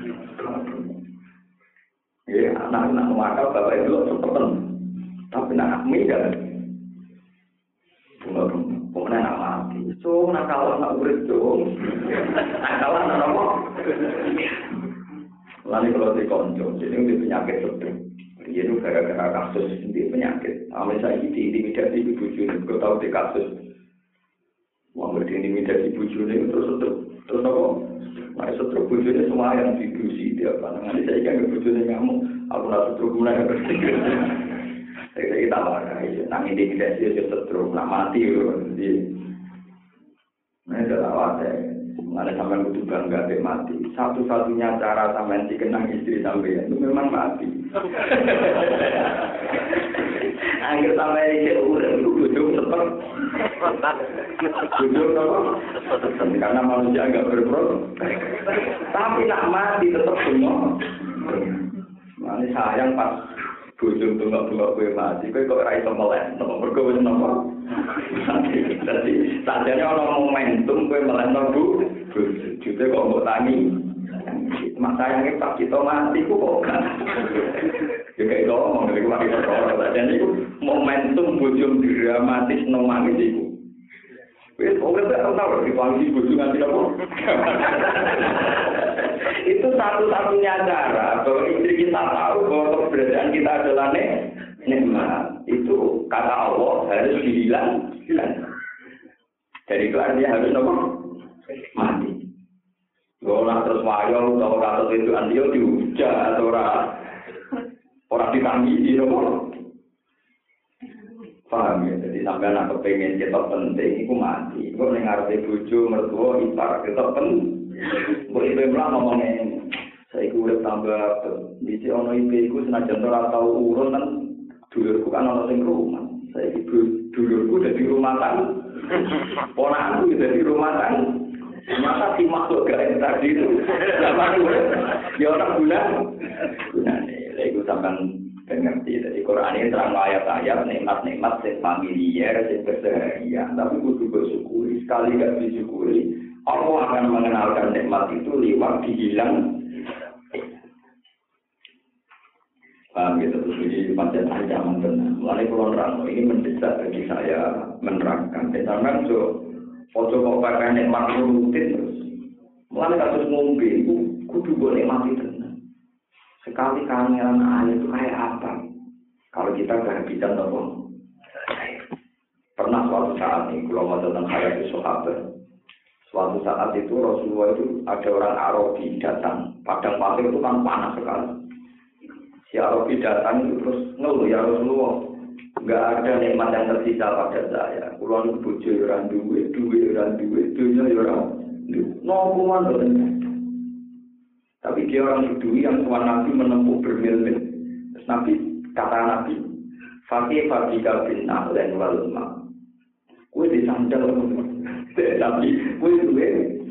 Ya, anak-anak makal bapak itu seperti tapi nak minggat. Tunggu tunggu, kemudian nak mati. So, nak kalah nak urip so, nak kalah nak apa? Lalu kalau di konco, jadi itu penyakit stroke. Dia itu gara-gara kasus di penyakit. Amin saya ini diintimidasi ibu juni, kau tahu di kasus. Wah, diintimidasi ibu juni terus stroke, terus apa? Nah, stroke bujurnya semua yang didusi dia apa? Nanti saya kan bujurnya kamu, aku nak stroke mulai berpikir. Saya kita marah, nang intimidasi itu stroke, nak mati loh. Jadi, nah itu awal saya, mana sampai butuh bangga deh mati. Satu-satunya cara sampai dikenang istri sampai itu memang mati. Akhir sampai ke urut itu bujur seper, bujur apa? Karena manusia agak berproses. Tapi nak mati tetap semua. Mana sayang pas bujur tunggu-tunggu gue mati, gue kok rai semeleh, nomor berkebun nomor. Jadi sadarnya orang momentum gue meleh nomor bujur, juga kok mau tani. Mak sayangnya pas kita mati, gue kok kan. Juga itu ngomong dari kemarin orang dan itu momentum bujur dramatis nomanis itu. Wes, orang tak tahu di pangsi bujur nanti apa. Itu satu-satunya cara bahwa istri kita tahu bahwa keberadaan kita adalah nikmat. Itu kata Allah harus dihilang. Jadi kelar dia harus apa? Mati. Orang terus wayo atau kata itu antio dihujat atau orang orang ditangisi apa? Paham ya? Jadi sampai anak kepengen kita penting, itu mati. Kok nengarti buju, mertua, ipar, kita penting. Kok ibu emang ngomongnya, saya kulit tambah, bisa ono ibu senajan ora tau urun kan, dulurku kan ono sing rumah. Saya ibu dulurku udah di rumah kan, ponakku udah di rumah kan. Masa si makhluk gaib tadi itu, sama gue, ya orang guna. Guna nih, itu sampai ngerti. Jadi Quran ini terang ayat-ayat, nikmat-nikmat, yang familiar, yang berseharian. Tapi kudu bersyukuri, sekali gak disyukuri, Allah akan mengenalkan nikmat itu lewat dihilang. Paham gitu, terus ini macam ancaman benar. Mulai Kulon Rano ini mendesak bagi saya menerangkan. Misalkan so, foto kok pakai nikmat rutin terus. Mulai kasus ngombe itu kudu boleh mati tenang. Sekali kangelan air itu kayak apa? Kalau kita kehabisan apa? Pernah suatu saat nih, kalau mau tentang hayat sahabat. Suatu saat itu Rasulullah itu ada orang Arabi datang. Padang pasir itu kan panas sekali. Si Arabi datang itu terus ngeluh, ya Rasulullah, nggak ada nikmat yang tersisa pada saya. Kulon bojo orang duwe, duwe orang duwe, dunya orang duwe. Ngomong betul. Tapi dia orang Yahudi yang Tuhan Nabi menempuh bermil-mil. Terus Nabi, kata Nabi, Fakih Fakika bin Na'len walma. Kue disandal, tapi kue duwe.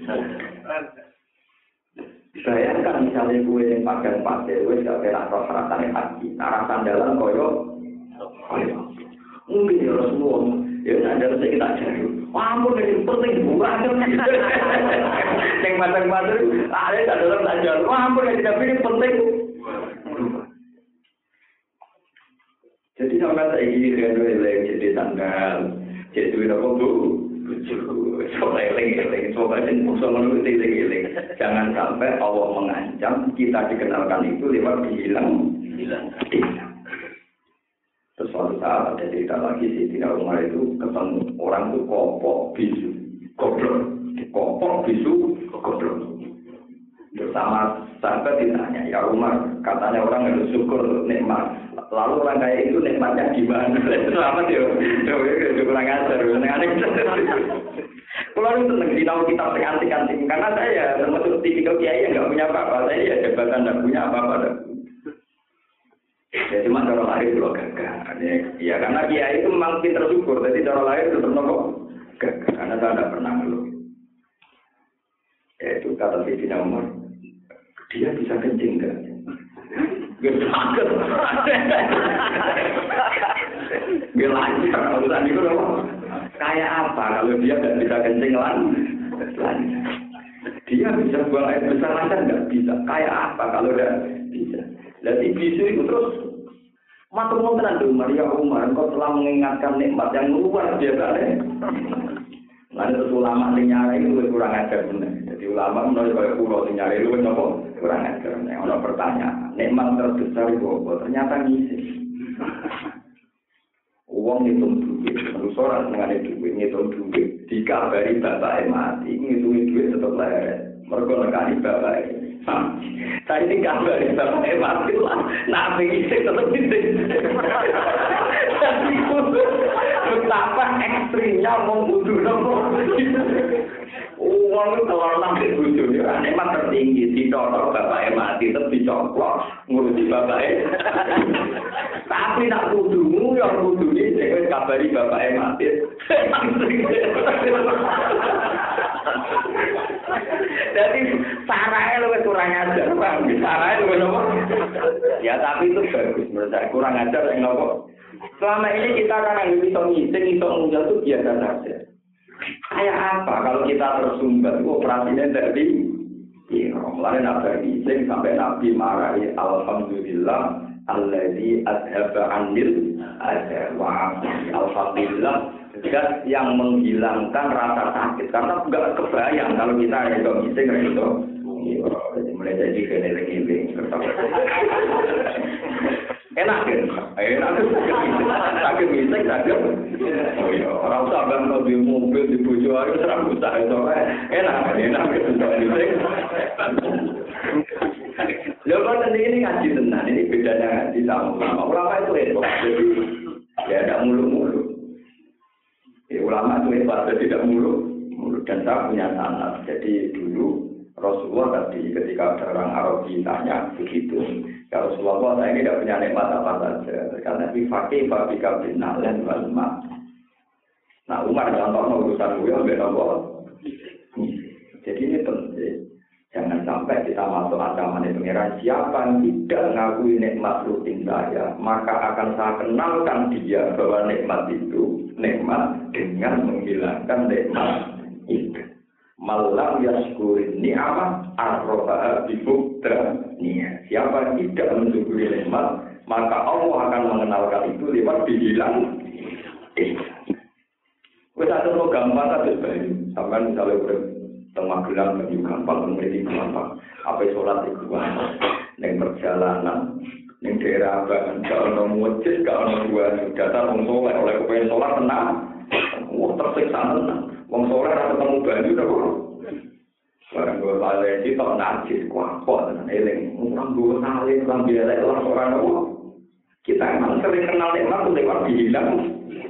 Bayangkan misalnya kue yang pakai pasir, kue gak kena rasanya haji. Arah sandalan koyo, mungkin ya Rasulullah, ya sandal saya kita jari. Wah, ampun, ini penting bukan. Yang matang-matang, ada sandalan tak jari. Wah, ampun, ini tapi ini penting. Jadi sampai saya ini dengan jadi sandal, jadi duit apa bu? Soalnya eling-eling, soalnya soalnya eling-eling. Jangan sampai Allah mengancam kita dikenalkan itu lewat dihilang, hilang, hilang. Terus suatu saat ada cerita lagi si Tina Umar itu ketemu orang itu kopok bisu, goblok, kopok bisu, goblok. Bersama sahabat ditanya, ya Umar, katanya orang harus syukur nikmat. Lalu orang kaya itu nikmatnya di mana? Selamat ya. Itu kurang ajar. Kalau itu senang sinau kitab yang antik-antik. Karena saya termasuk tipikal kiai yang nggak punya apa-apa. Saya ya jabatan nggak punya apa-apa. Ya cuma cara lahir kalau gagah. Ya karena kiai itu memang pinter syukur. Jadi cara lahir tetap nopo gagah. Karena saya tidak pernah ngeluh. Ya itu kata Sayyidina Umar. Dia bisa kencing enggak? Gak sakit. Gak lancar. Urusan itu dong. Kayak apa kalau dia nggak bisa kencing lancar? Dia bisa buang air besar lancar nggak bisa. Kayak apa kalau dia bisa? Jadi bisu itu terus matur nuwun tenan Umar ya Umar, engkau telah mengingatkan nikmat yang luar biasa. Lalu terus ulama sing nyari itu kurang ajar bener. Jadi ulama menurut kaya pulau sing nyari itu apa? Kurang ajar. Nek ana pertanyaan, nikmat terbesar itu apa? Ternyata ngisi. Uang ngitung duit, terus orang mengenai duit, ngitung duit. Dikabari bapak mati, ngitung duit tetap leret. Mereka nekani bapak saya ini kabari bapak mati lah. Nabi ini tetap ngisi. Jadi betapa ekstrimnya membunuh uang itu kalau nanti bujurnya nikmat tertinggi dicocok bapaknya mati tetap dicoklok ngurusi bapaknya tapi nak kudumu yang kudu ini saya kabari bapaknya mati jadi saranya lebih kurang ajar bang saranya lebih nopo ya tapi itu bagus menurut saya kurang ajar yang nopo. Selama ini kita kan yang bisa ngising, bisa mengunjau itu biasa saja. Kayak apa kalau kita tersumbat, itu operasinya dari iya, mulai nabi ngising sampai Nabi marahi alhamdulillah alladzi adhaba anil adha wa alhamdulillah juga yang menghilangkan rasa sakit karena enggak kebayang kalau kita itu ngising itu mulai jadi gini-gini enak kan? Enak kan? Sakit misek, sakit. Oh iya, orang sabar mau di mobil, di bojo aja, serang usah itu. Enak kan? Enak kan? Misek. Lalu kan ini ngaji tenan, ini bedanya ngaji sama ulama. Ulama itu hebat, jadi ya tidak mulu-mulu. Ya, ulama itu hebat, jadi tidak mulu-mulu. Dan saya punya sanad. Jadi dulu Rasulullah tadi ketika ada orang Arab ditanya begitu, ya Rasulullah saya ini tidak punya nikmat apa saja, karena fakih fabika bin nalen walma. Nah Umar contoh urusan gue ambil nombor. Jadi ini penting, jangan sampai kita masuk ancaman pengiran siapa yang tidak mengakui nikmat rutin saya, maka akan saya kenalkan dia bahwa nikmat itu nikmat dengan menghilangkan nikmat itu. Malam yaskurin ni'amah arrofa'a bibukta ni'ah. Siapa yang tidak mensyukuri nikmat, maka Allah akan mengenalkan itu lewat dihilang. Eh, kita terlalu gampang saja sebenarnya. Sampai misalnya udah tengah gelang bagi gampang, memiliki gampang. Apa sholat itu gampang. Neng perjalanan, neng daerah abang, kalau ada masjid, kalau ada dua data orang soleh, oleh kepengen sholat tenang. Wah tersiksa tenang. Wong soleh ora ketemu banyu to kok. Barang gue balik iki tok najis kuat-kuat tenan eling. Orang gue saleh lan bielek lan ora ono. Kita emang sering kenal nikmat tuh lewat dihilang.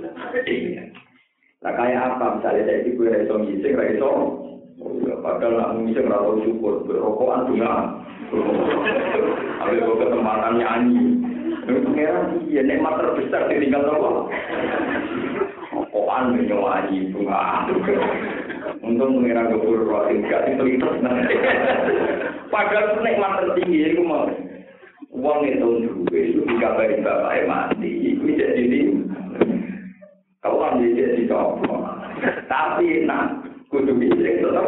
Nah kayak apa misalnya saya itu gue iso ngising ra iso. Padahal nak ngising ra tau syukur berokokan juga. Ada gue kesempatan nyanyi. Pengeran iya nikmat terbesar ditinggal Allah. Koan menyoani bunga. Untung pengiran keburu roh tinggal itu itu. Padahal nikmat tertinggi itu mau uang itu duit itu dikabari bapak mati. Itu jadi ini. Kau kan jadi coba. Tapi nak kudu bisa tetap.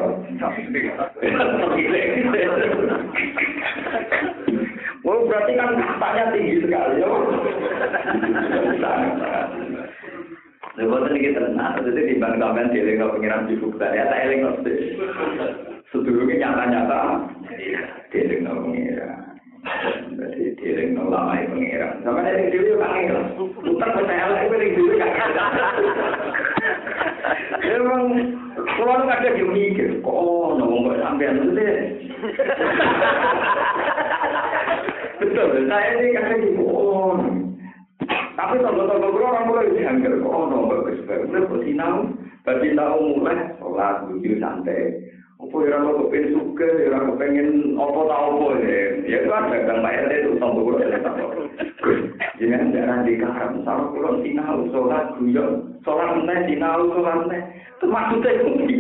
Wah berarti kan katanya tinggi sekali. Lepas ini kita tenang, jadi di bang sampean dieling no pengiran di bukti, ya tak eling no sih. Sedulurnya nyata-nyata, dieling no pengiran. Jadi dieling no lama pengiran. Sampai eling dulu kan eling, putar percaya lah, eling dulu kan. Emang kalau nggak ada yang mikir, kok ngomong kok sampean itu deh. Betul, saya ini kan gitu. Tapi tonggo-tonggo kula orang mulai diangger kok ono bagus banget kok sinau, bagi tahu mulai sholat lucu santai. Apa ora kok pengen suka, ora kok pengen apa tau apa ya. Ya itu ada Kang Pak R T itu tonggo kula tak. Jangan darah di karam, sama kula sinau sholat guyon, sholat meneh sinau sholat meneh. Maksudnya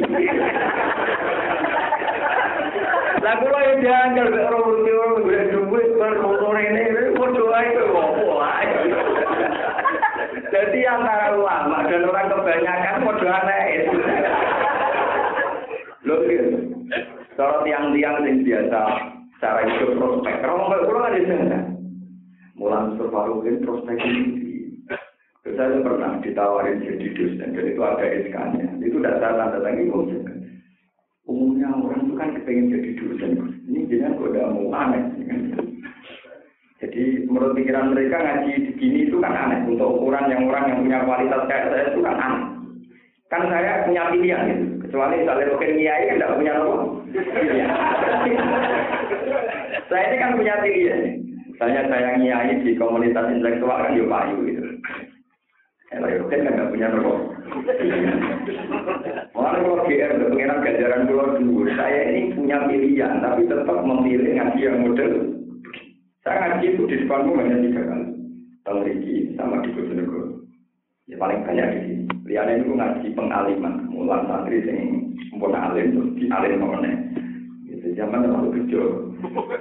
lah kula yo diangger kok ora mesti ora golek duit bar motor ini padha ae kok opo ae. Jadi antara ulama dan orang kebanyakan padha aneh. Lho cara tiang-tiang sing biasa cara hidup prospek. Kalau nggak kula kan di sana. Mulan Surfarukin prospek ini. Saya pernah ditawarin jadi dosen dan itu ada S K-nya. Itu dasar tanda tangan itu. Umumnya orang itu kan kepengen jadi dosen. Ini jangan kok udah mau aneh. Jadi menurut pikiran mereka ngaji begini itu kan aneh. Untuk ukuran yang orang yang punya kualitas kayak saya itu kan aneh. Kan saya punya pilihan gitu. Kecuali misalnya mungkin kiai kan tidak punya apa. Saya ini kan punya pilihan. Misalnya saya kiai di komunitas intelektual kan yo payu gitu. Kalau kan nggak punya apa. Malah kalau G R pengen ganjaran pulau dulu, saya ini punya pilihan, tapi tetap memilih ngaji yang model. Saya ngaji itu di depanmu hanya tiga kali, tahun Riki sama di Bojonegoro. Ya paling banyak di sini. Lihatnya itu ngaji pengaliman, mulan santri yang sempurna alim terus di alim mana. Itu zaman terlalu kecil.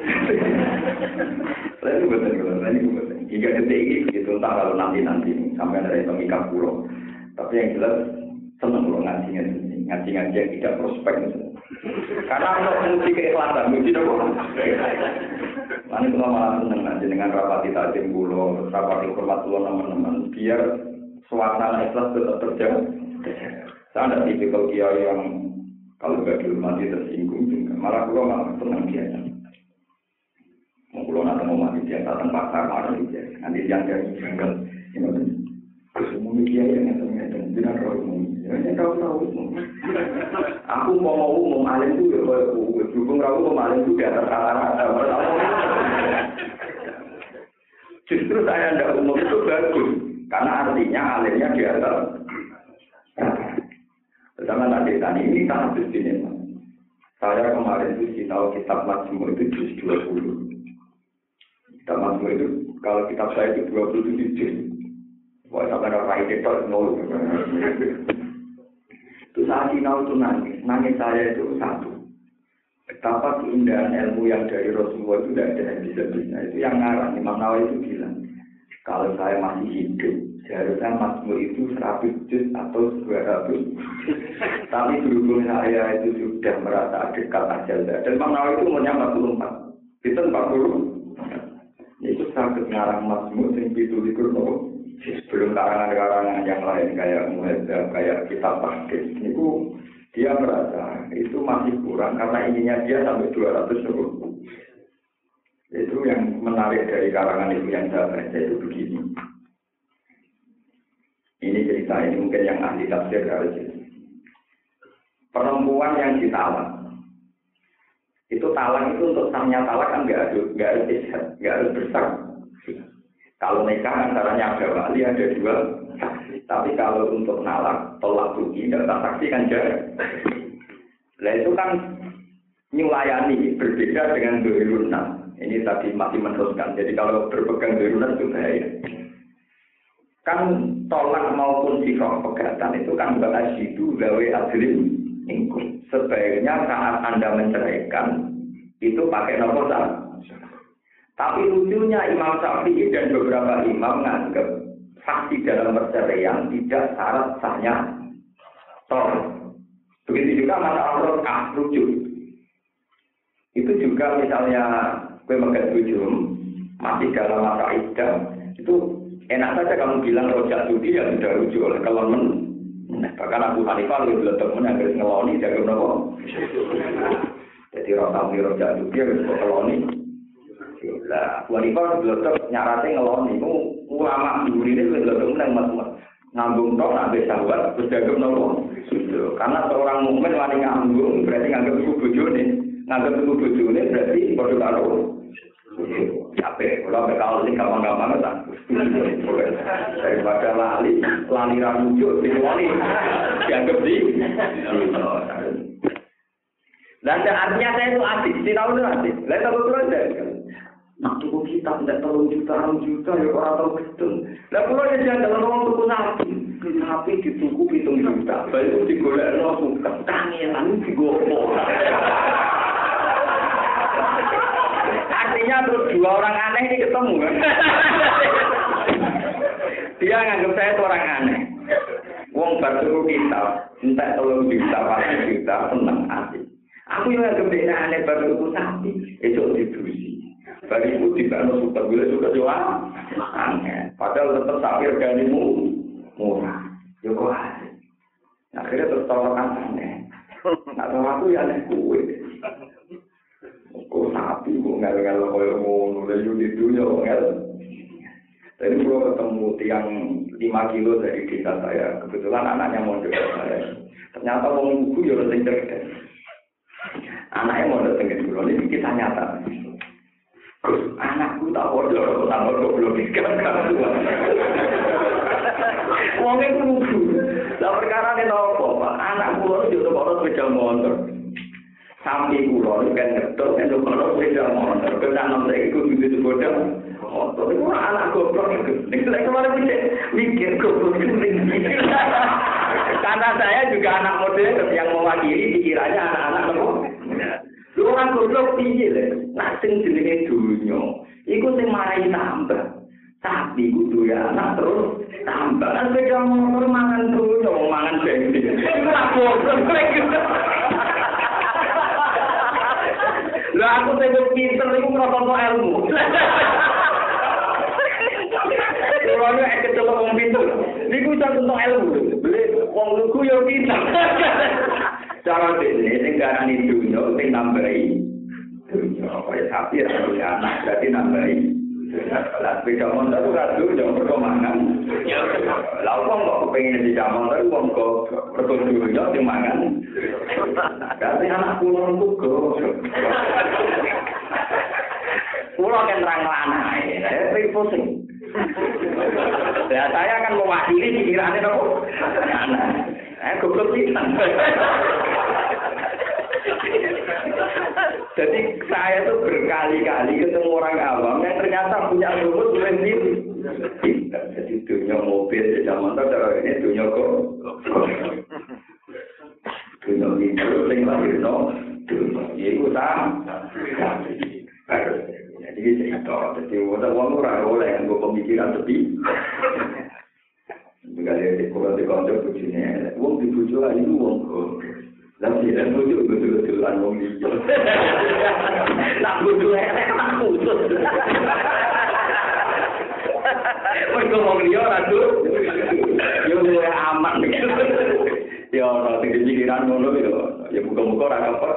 Lalu betul betul, lalu betul. Hingga detik ini gitu, entah kalau nanti nanti sampai dari pemikat pulau. Tapi yang jelas senang kalau ngajinya ngaji-ngaji yang tidak prospek. Karena untuk menguji keikhlasan, menguji apa? Lalu kalau malah senang ngaji dengan rapati tajam pulau, rapati hormat pulau teman-teman, biar suasana ikhlas tetap terjaga. Saya ada tipikal kiai yang kalau nggak dihormati tersinggung juga. Malah pulau malah senang biasa. Mau pulau nanti mau mati biasa tempat pasar malah biasa. Nanti yang dari janggal ini semua kiai yang ngeten-ngeten jenengan roh umum. Ya tahu tahu. Aku mau mau umum alim itu ya kalau berhubung rawu umum alim itu di atas rata-rata. Justru saya tidak umum itu bagus karena artinya alimnya di atas. Bersama tadi tadi ini sangat istimewa. Saya kemarin itu tahu kitab Majmu' itu juz dua puluh. Kitab Majmu' itu kalau kitab saya itu dua puluh tujuh juz. Wah, sampai ada raih detok nol. Itu saat sinau itu nangis. Nangis saya itu satu. Betapa keindahan ilmu yang dari Rasulullah itu tidak ada habis-habisnya. Itu yang ngarang. Imam Nawawi itu bilang, kalau saya masih hidup, seharusnya Majmu' itu seratus juz atau dua ratus. Tapi berhubung saya itu sudah merasa dekat ajal. Dan Imam Nawawi itu umurnya empat puluh empat. Itu empat puluh. Itu sangat ngarang Majmu' yang ditulis nopo. Sebelum karangan-karangan yang lain kayak Muhadzab, kayak kitab Hadis, itu dia merasa itu masih kurang karena ininya dia sampai dua ratus sepuluh. Itu yang menarik dari karangan itu yang saya baca itu begini. Ini cerita ini mungkin yang ahli tafsir harus ini. Perempuan yang ditalak, itu talak itu untuk sahnya talak kan nggak ada, nggak harus isyarat, nggak harus besar. Kalau nikah antaranya ada wali, ada dua saksi. Tapi kalau untuk nalak, tolak rugi, tidak saksi kan jarak. Nah itu kan nyulayani, berbeda dengan dohirunan. Ini tadi masih meneruskan. Jadi kalau berpegang dohirunan itu bahaya. Kan tolak maupun sifat pegatan itu kan ba'asyidu gawe adlin ingkum. Sebaiknya saat Anda menceraikan, itu pakai nomor satu. Tapi lucunya Imam Syafi'i dan beberapa imam menganggap saksi dalam perceraian tidak syarat sahnya tolak. Begitu juga masalah rokah rujuk. Itu juga misalnya gue megat bujum masih dalam masa iddah itu enak saja kamu bilang rojak judi ya sudah rujuk oleh kelon. Nah, bahkan Abu Hanifah lebih letak menanggar ngeloni jaga nopo. Jadi rokah beli rojak judi harus keloni. Lah, wanita belum nyarate ngeloni, itu ulama dulu ini belum menang mas-mas ngambung tok sampai sahabat terus jaga nopo. Karena seorang mukmin wani ngambung berarti nganggap itu bojone, nganggap itu bojone berarti padha karo Capek, kalau bekal ini gampang-gampang tak. Daripada lali, lali ramujuk, diwali, dianggap di. Dan artinya saya itu asik, tidak tahu itu asik. Lain tak betul aja. Nak tuku kitab tidak terlalu juta, juta ya orang tahu betul. Lah pulau ya jangan dalam orang tuku sapi, sapi dituku hitung juta, baru digolek langsung ketangilan digopok. Artinya terus dua orang aneh ini ketemu kan? Dia nganggap saya itu orang aneh. Wong baru kitab, entah tolong juta, paling juta, senang asik. Aku yang nganggap dia aneh baru tuku sapi, itu didusi. Bagi itu tidak ada super bila juga jual, aneh. Padahal tetap sapi organimu murah, juga asik. Akhirnya terus tawarkan aneh. Nah, kalau aku ya aneh kue. Kok sapi kok ngel-ngel koyo ngono lha yo di dunya ngel. Tadi gua ketemu tiang lima kilo dari desa saya. Kebetulan anaknya mondok saya. Ternyata wong ibu yo sing cerdas. Anaknya mondok teng kula ini kita nyata. Terus anakku tak bodoh, tak bodoh belum dikatakan. Wong iku lugu. Lah perkara nek opo, Pak? Anakku yo kok sepeda motor. Sampai pulau kan ngetok kan kalau sepeda motor kita nanti ikut itu sepeda motor itu anak goblok itu nih saya kemarin mikir mikir goblok itu karena saya juga anak model yang mewakili pikirannya anak-anak loh lu orang goblok piye lho nak sing jenenge dunya iku sing marai tambah tapi kudu ya anak terus tambah kan sepeda motor mangan dunya mangan bensin itu lah goblok lah aku tengok pinter itu ngerokok ilmu. Kalau ini kecelok orang pinter, ini bisa tentang ilmu. Beli orang lugu ya pinter. Cara ini, negara ini dunia, ini nambahi. Dunia, kaya sapi, punya anak, berarti nambahi. Lah sepeda motor itu radu, jangan perkembangan. Lah orang kok pengen di zaman itu, orang kok perkembangan, di mangan. Berarti anak pulau itu goblok. Pulau kan terang lana, saya sering pusing. Ya saya akan mewakili pikirannya apa? Anak, saya goblok kita. Jadi saya tuh berkali-kali ketemu orang awam yang ternyata punya rumus sendiri. Jadi dunia mobil, sepeda motor, ini dunia kok. Dunia itu yang lahir no, dunia itu sama. Jadi cerita, jadi orang orang oleh yang gue pemikiran tepi. Jika dia sekolah di kantor begini, uang dibujuk aja itu uang kok. Tapi dan bujuk betul-betulan uang dibujuk. Nak bujuk elek, nak khusus. Mereka mau lihat ratu, yo mulai aman. Ya orang tinggi pikiran ngono itu, ya buka-buka orang apa.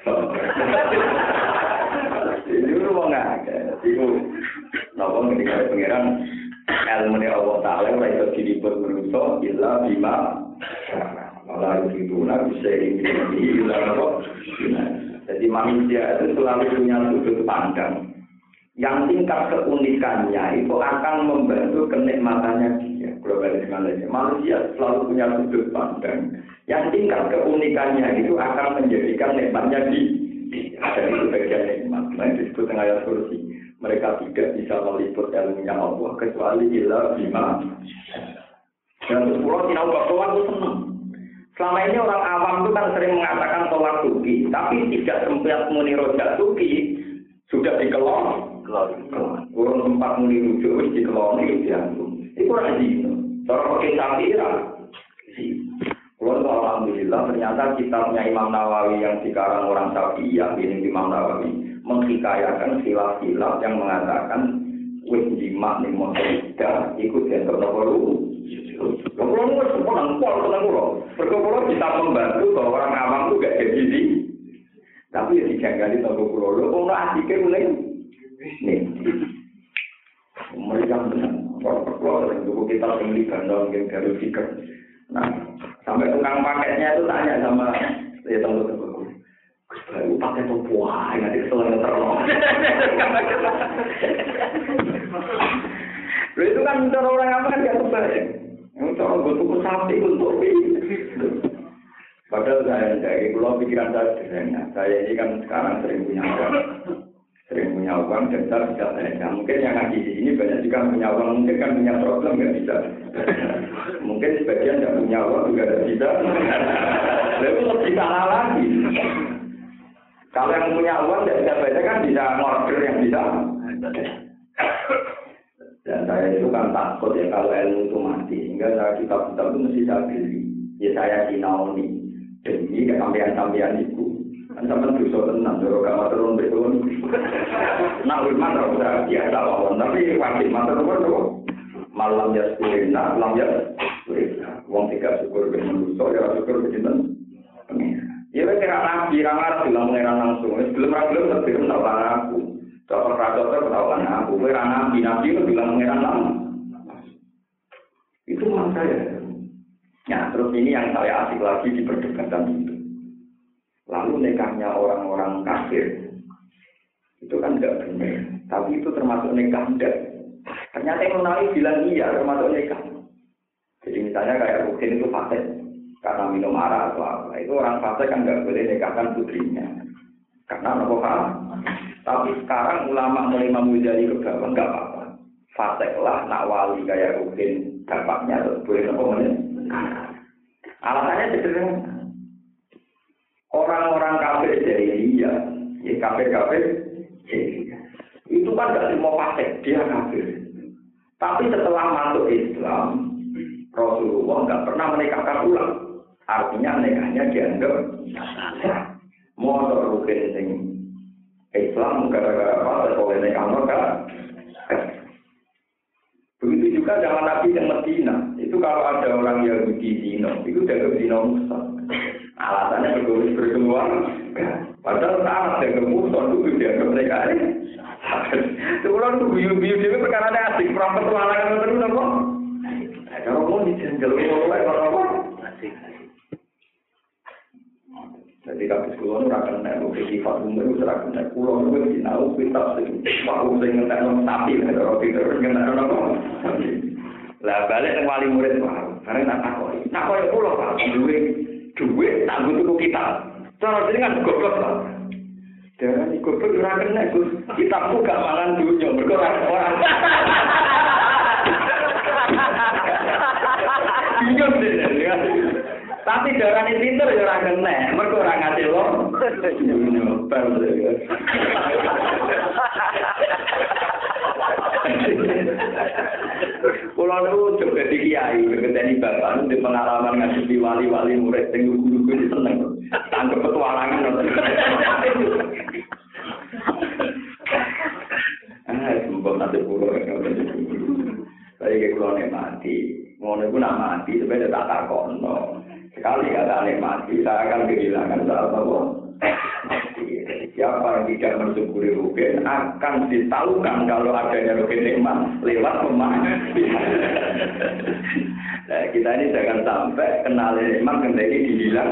Itu rumah nggak, itu, nopo ketika pengiran ilmu dari Allah Taala mereka diliput berusaha illa bima, malah itu nak bisa ini illa apa. Jadi manusia itu selalu punya sudut pandang. Yang tingkat keunikannya itu akan membantu kenikmatannya dia. Globalisasi manusia selalu punya sudut pandang. Yang tingkat keunikannya itu akan menjadikan nikmatnya di ada itu bagian nikmat. Nah disebut dengan ayat kursi. Mereka tidak bisa meliput ilmunya Allah kecuali illa bima. Dan sepuluh tidak bahwa itu senang. Selama ini orang awam itu kan sering mengatakan tolak tuki, tapi tidak sempat muni rojak tuki sudah dikelon. Urung tempat muni rujuk wis dikeloni wis dianggung. Iku ora dino. Cara pakai samira. Kalau alhamdulillah ternyata kitabnya Imam Nawawi yang dikarang orang Syafi'iyah ini Imam Nawawi menghikayakan khilaf-khilaf yang mengatakan wis jima ning motor ikut yang terlalu. Kalau wis seneng pol seneng kula. Perkara kita membantu bahwa orang awam itu gak jadi di. Tapi ya dijanggali tanggo kula lho ora asike mulai nih, mereka benar, kalau kalau kita beli gandong yang dari fikir, nah sampai tukang paketnya itu tanya sama ya tahu tahu, baru pakai topoa, nanti selalu terlalu, Lalu itu kan cara orang apa kan gak kebayang. Yang cara gue tuku sapi untuk padahal saya dari pulau pikiran saya sederhana. Saya ini kan sekarang sering punya uang, sering punya uang dan saya bisa tanya. Mungkin yang ngaji di sini banyak juga punya uang, mungkin kan punya problem nggak bisa. Mungkin sebagian nggak punya uang juga nggak bisa. Lalu lebih salah lagi. Kalau yang punya uang nggak bisa baca kan bisa ngorder yang bisa. Dan saya itu kan takut ya kalau ilmu itu mati, sehingga saya kitab-kitab itu mesti saya beli. Ya saya sinauni demi kesampean-sampean itu. Kan sampean dosa tenan, cara gak turun betul. Nak ulama ora usah biasa mawon, tapi wajib matur nuwun. Malam ya sepurina, malam ya sepurina. Wong tiga syukur ben manusa, ya syukur ben sinten? Pengira. Ya wis kira nabi ra ngarep bilang pengiran langsung. Wis belum ra belum tapi ora ana aku. Dokter Rajoter ketahuan aku. Kowe ra nabi, nabi itu bilang pengiran langsung. Itu maksud saya. Nah, terus ini yang saya asik lagi di perdebatan itu. Lalu nikahnya orang-orang kafir itu kan enggak benar. Tapi itu termasuk nikah enggak. Ternyata yang Nabi bilang iya termasuk nikah. Jadi misalnya kayak Rukin itu fasik karena minum arak atau apa. Itu orang fasik kan enggak boleh nikahkan putrinya. Karena apa? Tapi sekarang ulama mulai memujari ke bawah enggak apa-apa. Fasiklah nak wali kayak Rukin dapatnya terus boleh apa namanya? Alasannya sederhana. Orang-orang kafir jahiliyah, ya kafir-kafir jahiliyah. Itu kan tidak semua fasik, dia kafir. Tapi setelah masuk Islam, Rasulullah nggak pernah menikahkan ulang. Artinya nikahnya dianggap sah. Mau terrukin sing Islam gara-gara apa? Boleh nikah mereka. Begitu juga zaman Nabi yang Medina. Itu kalau ada orang Yahudi zina, itu dianggap zina musa. Alasannya bergabung berkeluar. Padahal saat dianggap musa itu dianggap mereka ini. Itu ulang tuh biu-biu dia perkara asik. Perang petualangan terus apa? Kalau mau dijanjal mulai apa? Asik. Jadi kalau sekolah itu akan naik sifat umur itu akan naik pulau itu tahu kita mau dengan teknologi sapi kalau tidak dengan teknologi. Lah balik ke wali murid baru, karena nak takoi, takoi pulau pak, duit, duit tak butuh kita. Cara ini kan goblok pak. Jangan goblok orang kena gus, kita buka makan dunia berkorang orang. Bingung deh, tapi darah ini pinter ya orang kena, mereka orang ngasih loh. Nyopel deh. Kalau lu coba di kiai, berkendali bapak, di pengalaman ngaji wali-wali murid, tenggu guru-guru itu seneng. Tangkap petualangan. Ah, sumpah nanti pulau. Tapi kayak pulau nih mati, mau nih pun nak mati, sebenarnya tak takon. Sekali kata nih mati, saya akan kehilangan sahabat. Siapa yang tidak mensyukuri rugen akan ditahukan kalau adanya rugen nikmat lewat pemahaman. Nah, kita ini jangan sampai kenal nikmat kendali dihilang.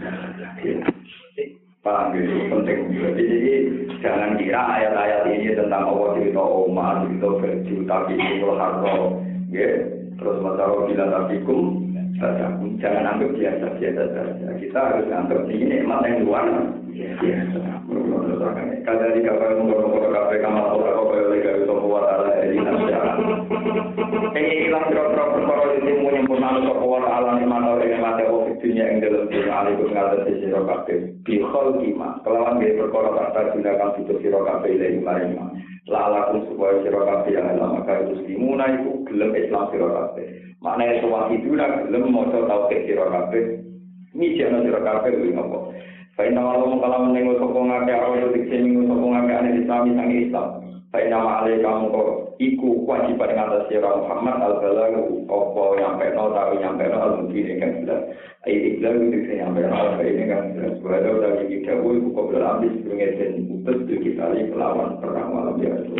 Paham gitu, penting. Jadi jangan kira ayat-ayat ini tentang Allah cerita Omar, cerita baju, tapi itu harta, ya. Terus masalah bila tabikum, jangan anggap biasa-biasa saja. Kita harus anggap ini nikmat yang luar biasa. Kada di kapal mengkono-kono kafe kamar ora kok oleh gawe sapa wa taala ing nasya. Ing ikhlas terus perkara iki menyempurnakan sapa wa taala nikmat ing mate kok dunya ing dalem dunya alikum ngaten sira kabeh. Bi khalqima kelawan ge perkara kata gunakan fitur sira kabeh ing maring. Lalakum supaya sira kabeh yang lama kaya muslimuna iku gelem Islam sira kabeh. Maknane soal itu ora gelem maca tauhid sira kabeh. Ini jangan sira kabeh kuwi ngopo. Baina walau kalau menengok sokong agak awal diksi minggu sokong agak aneh Islami sang Islam. Baina ma'alai kamu kok iku kewajiban atas sirah Muhammad al-Balagu opo nyampe no tahu nyampe no al-Mudin kan jelas. Ayat Islam itu bisa nyampe no al ini kan jelas. Walau dari kita iku kok berlapis berngesen putus di kita melawan perang malam biasa.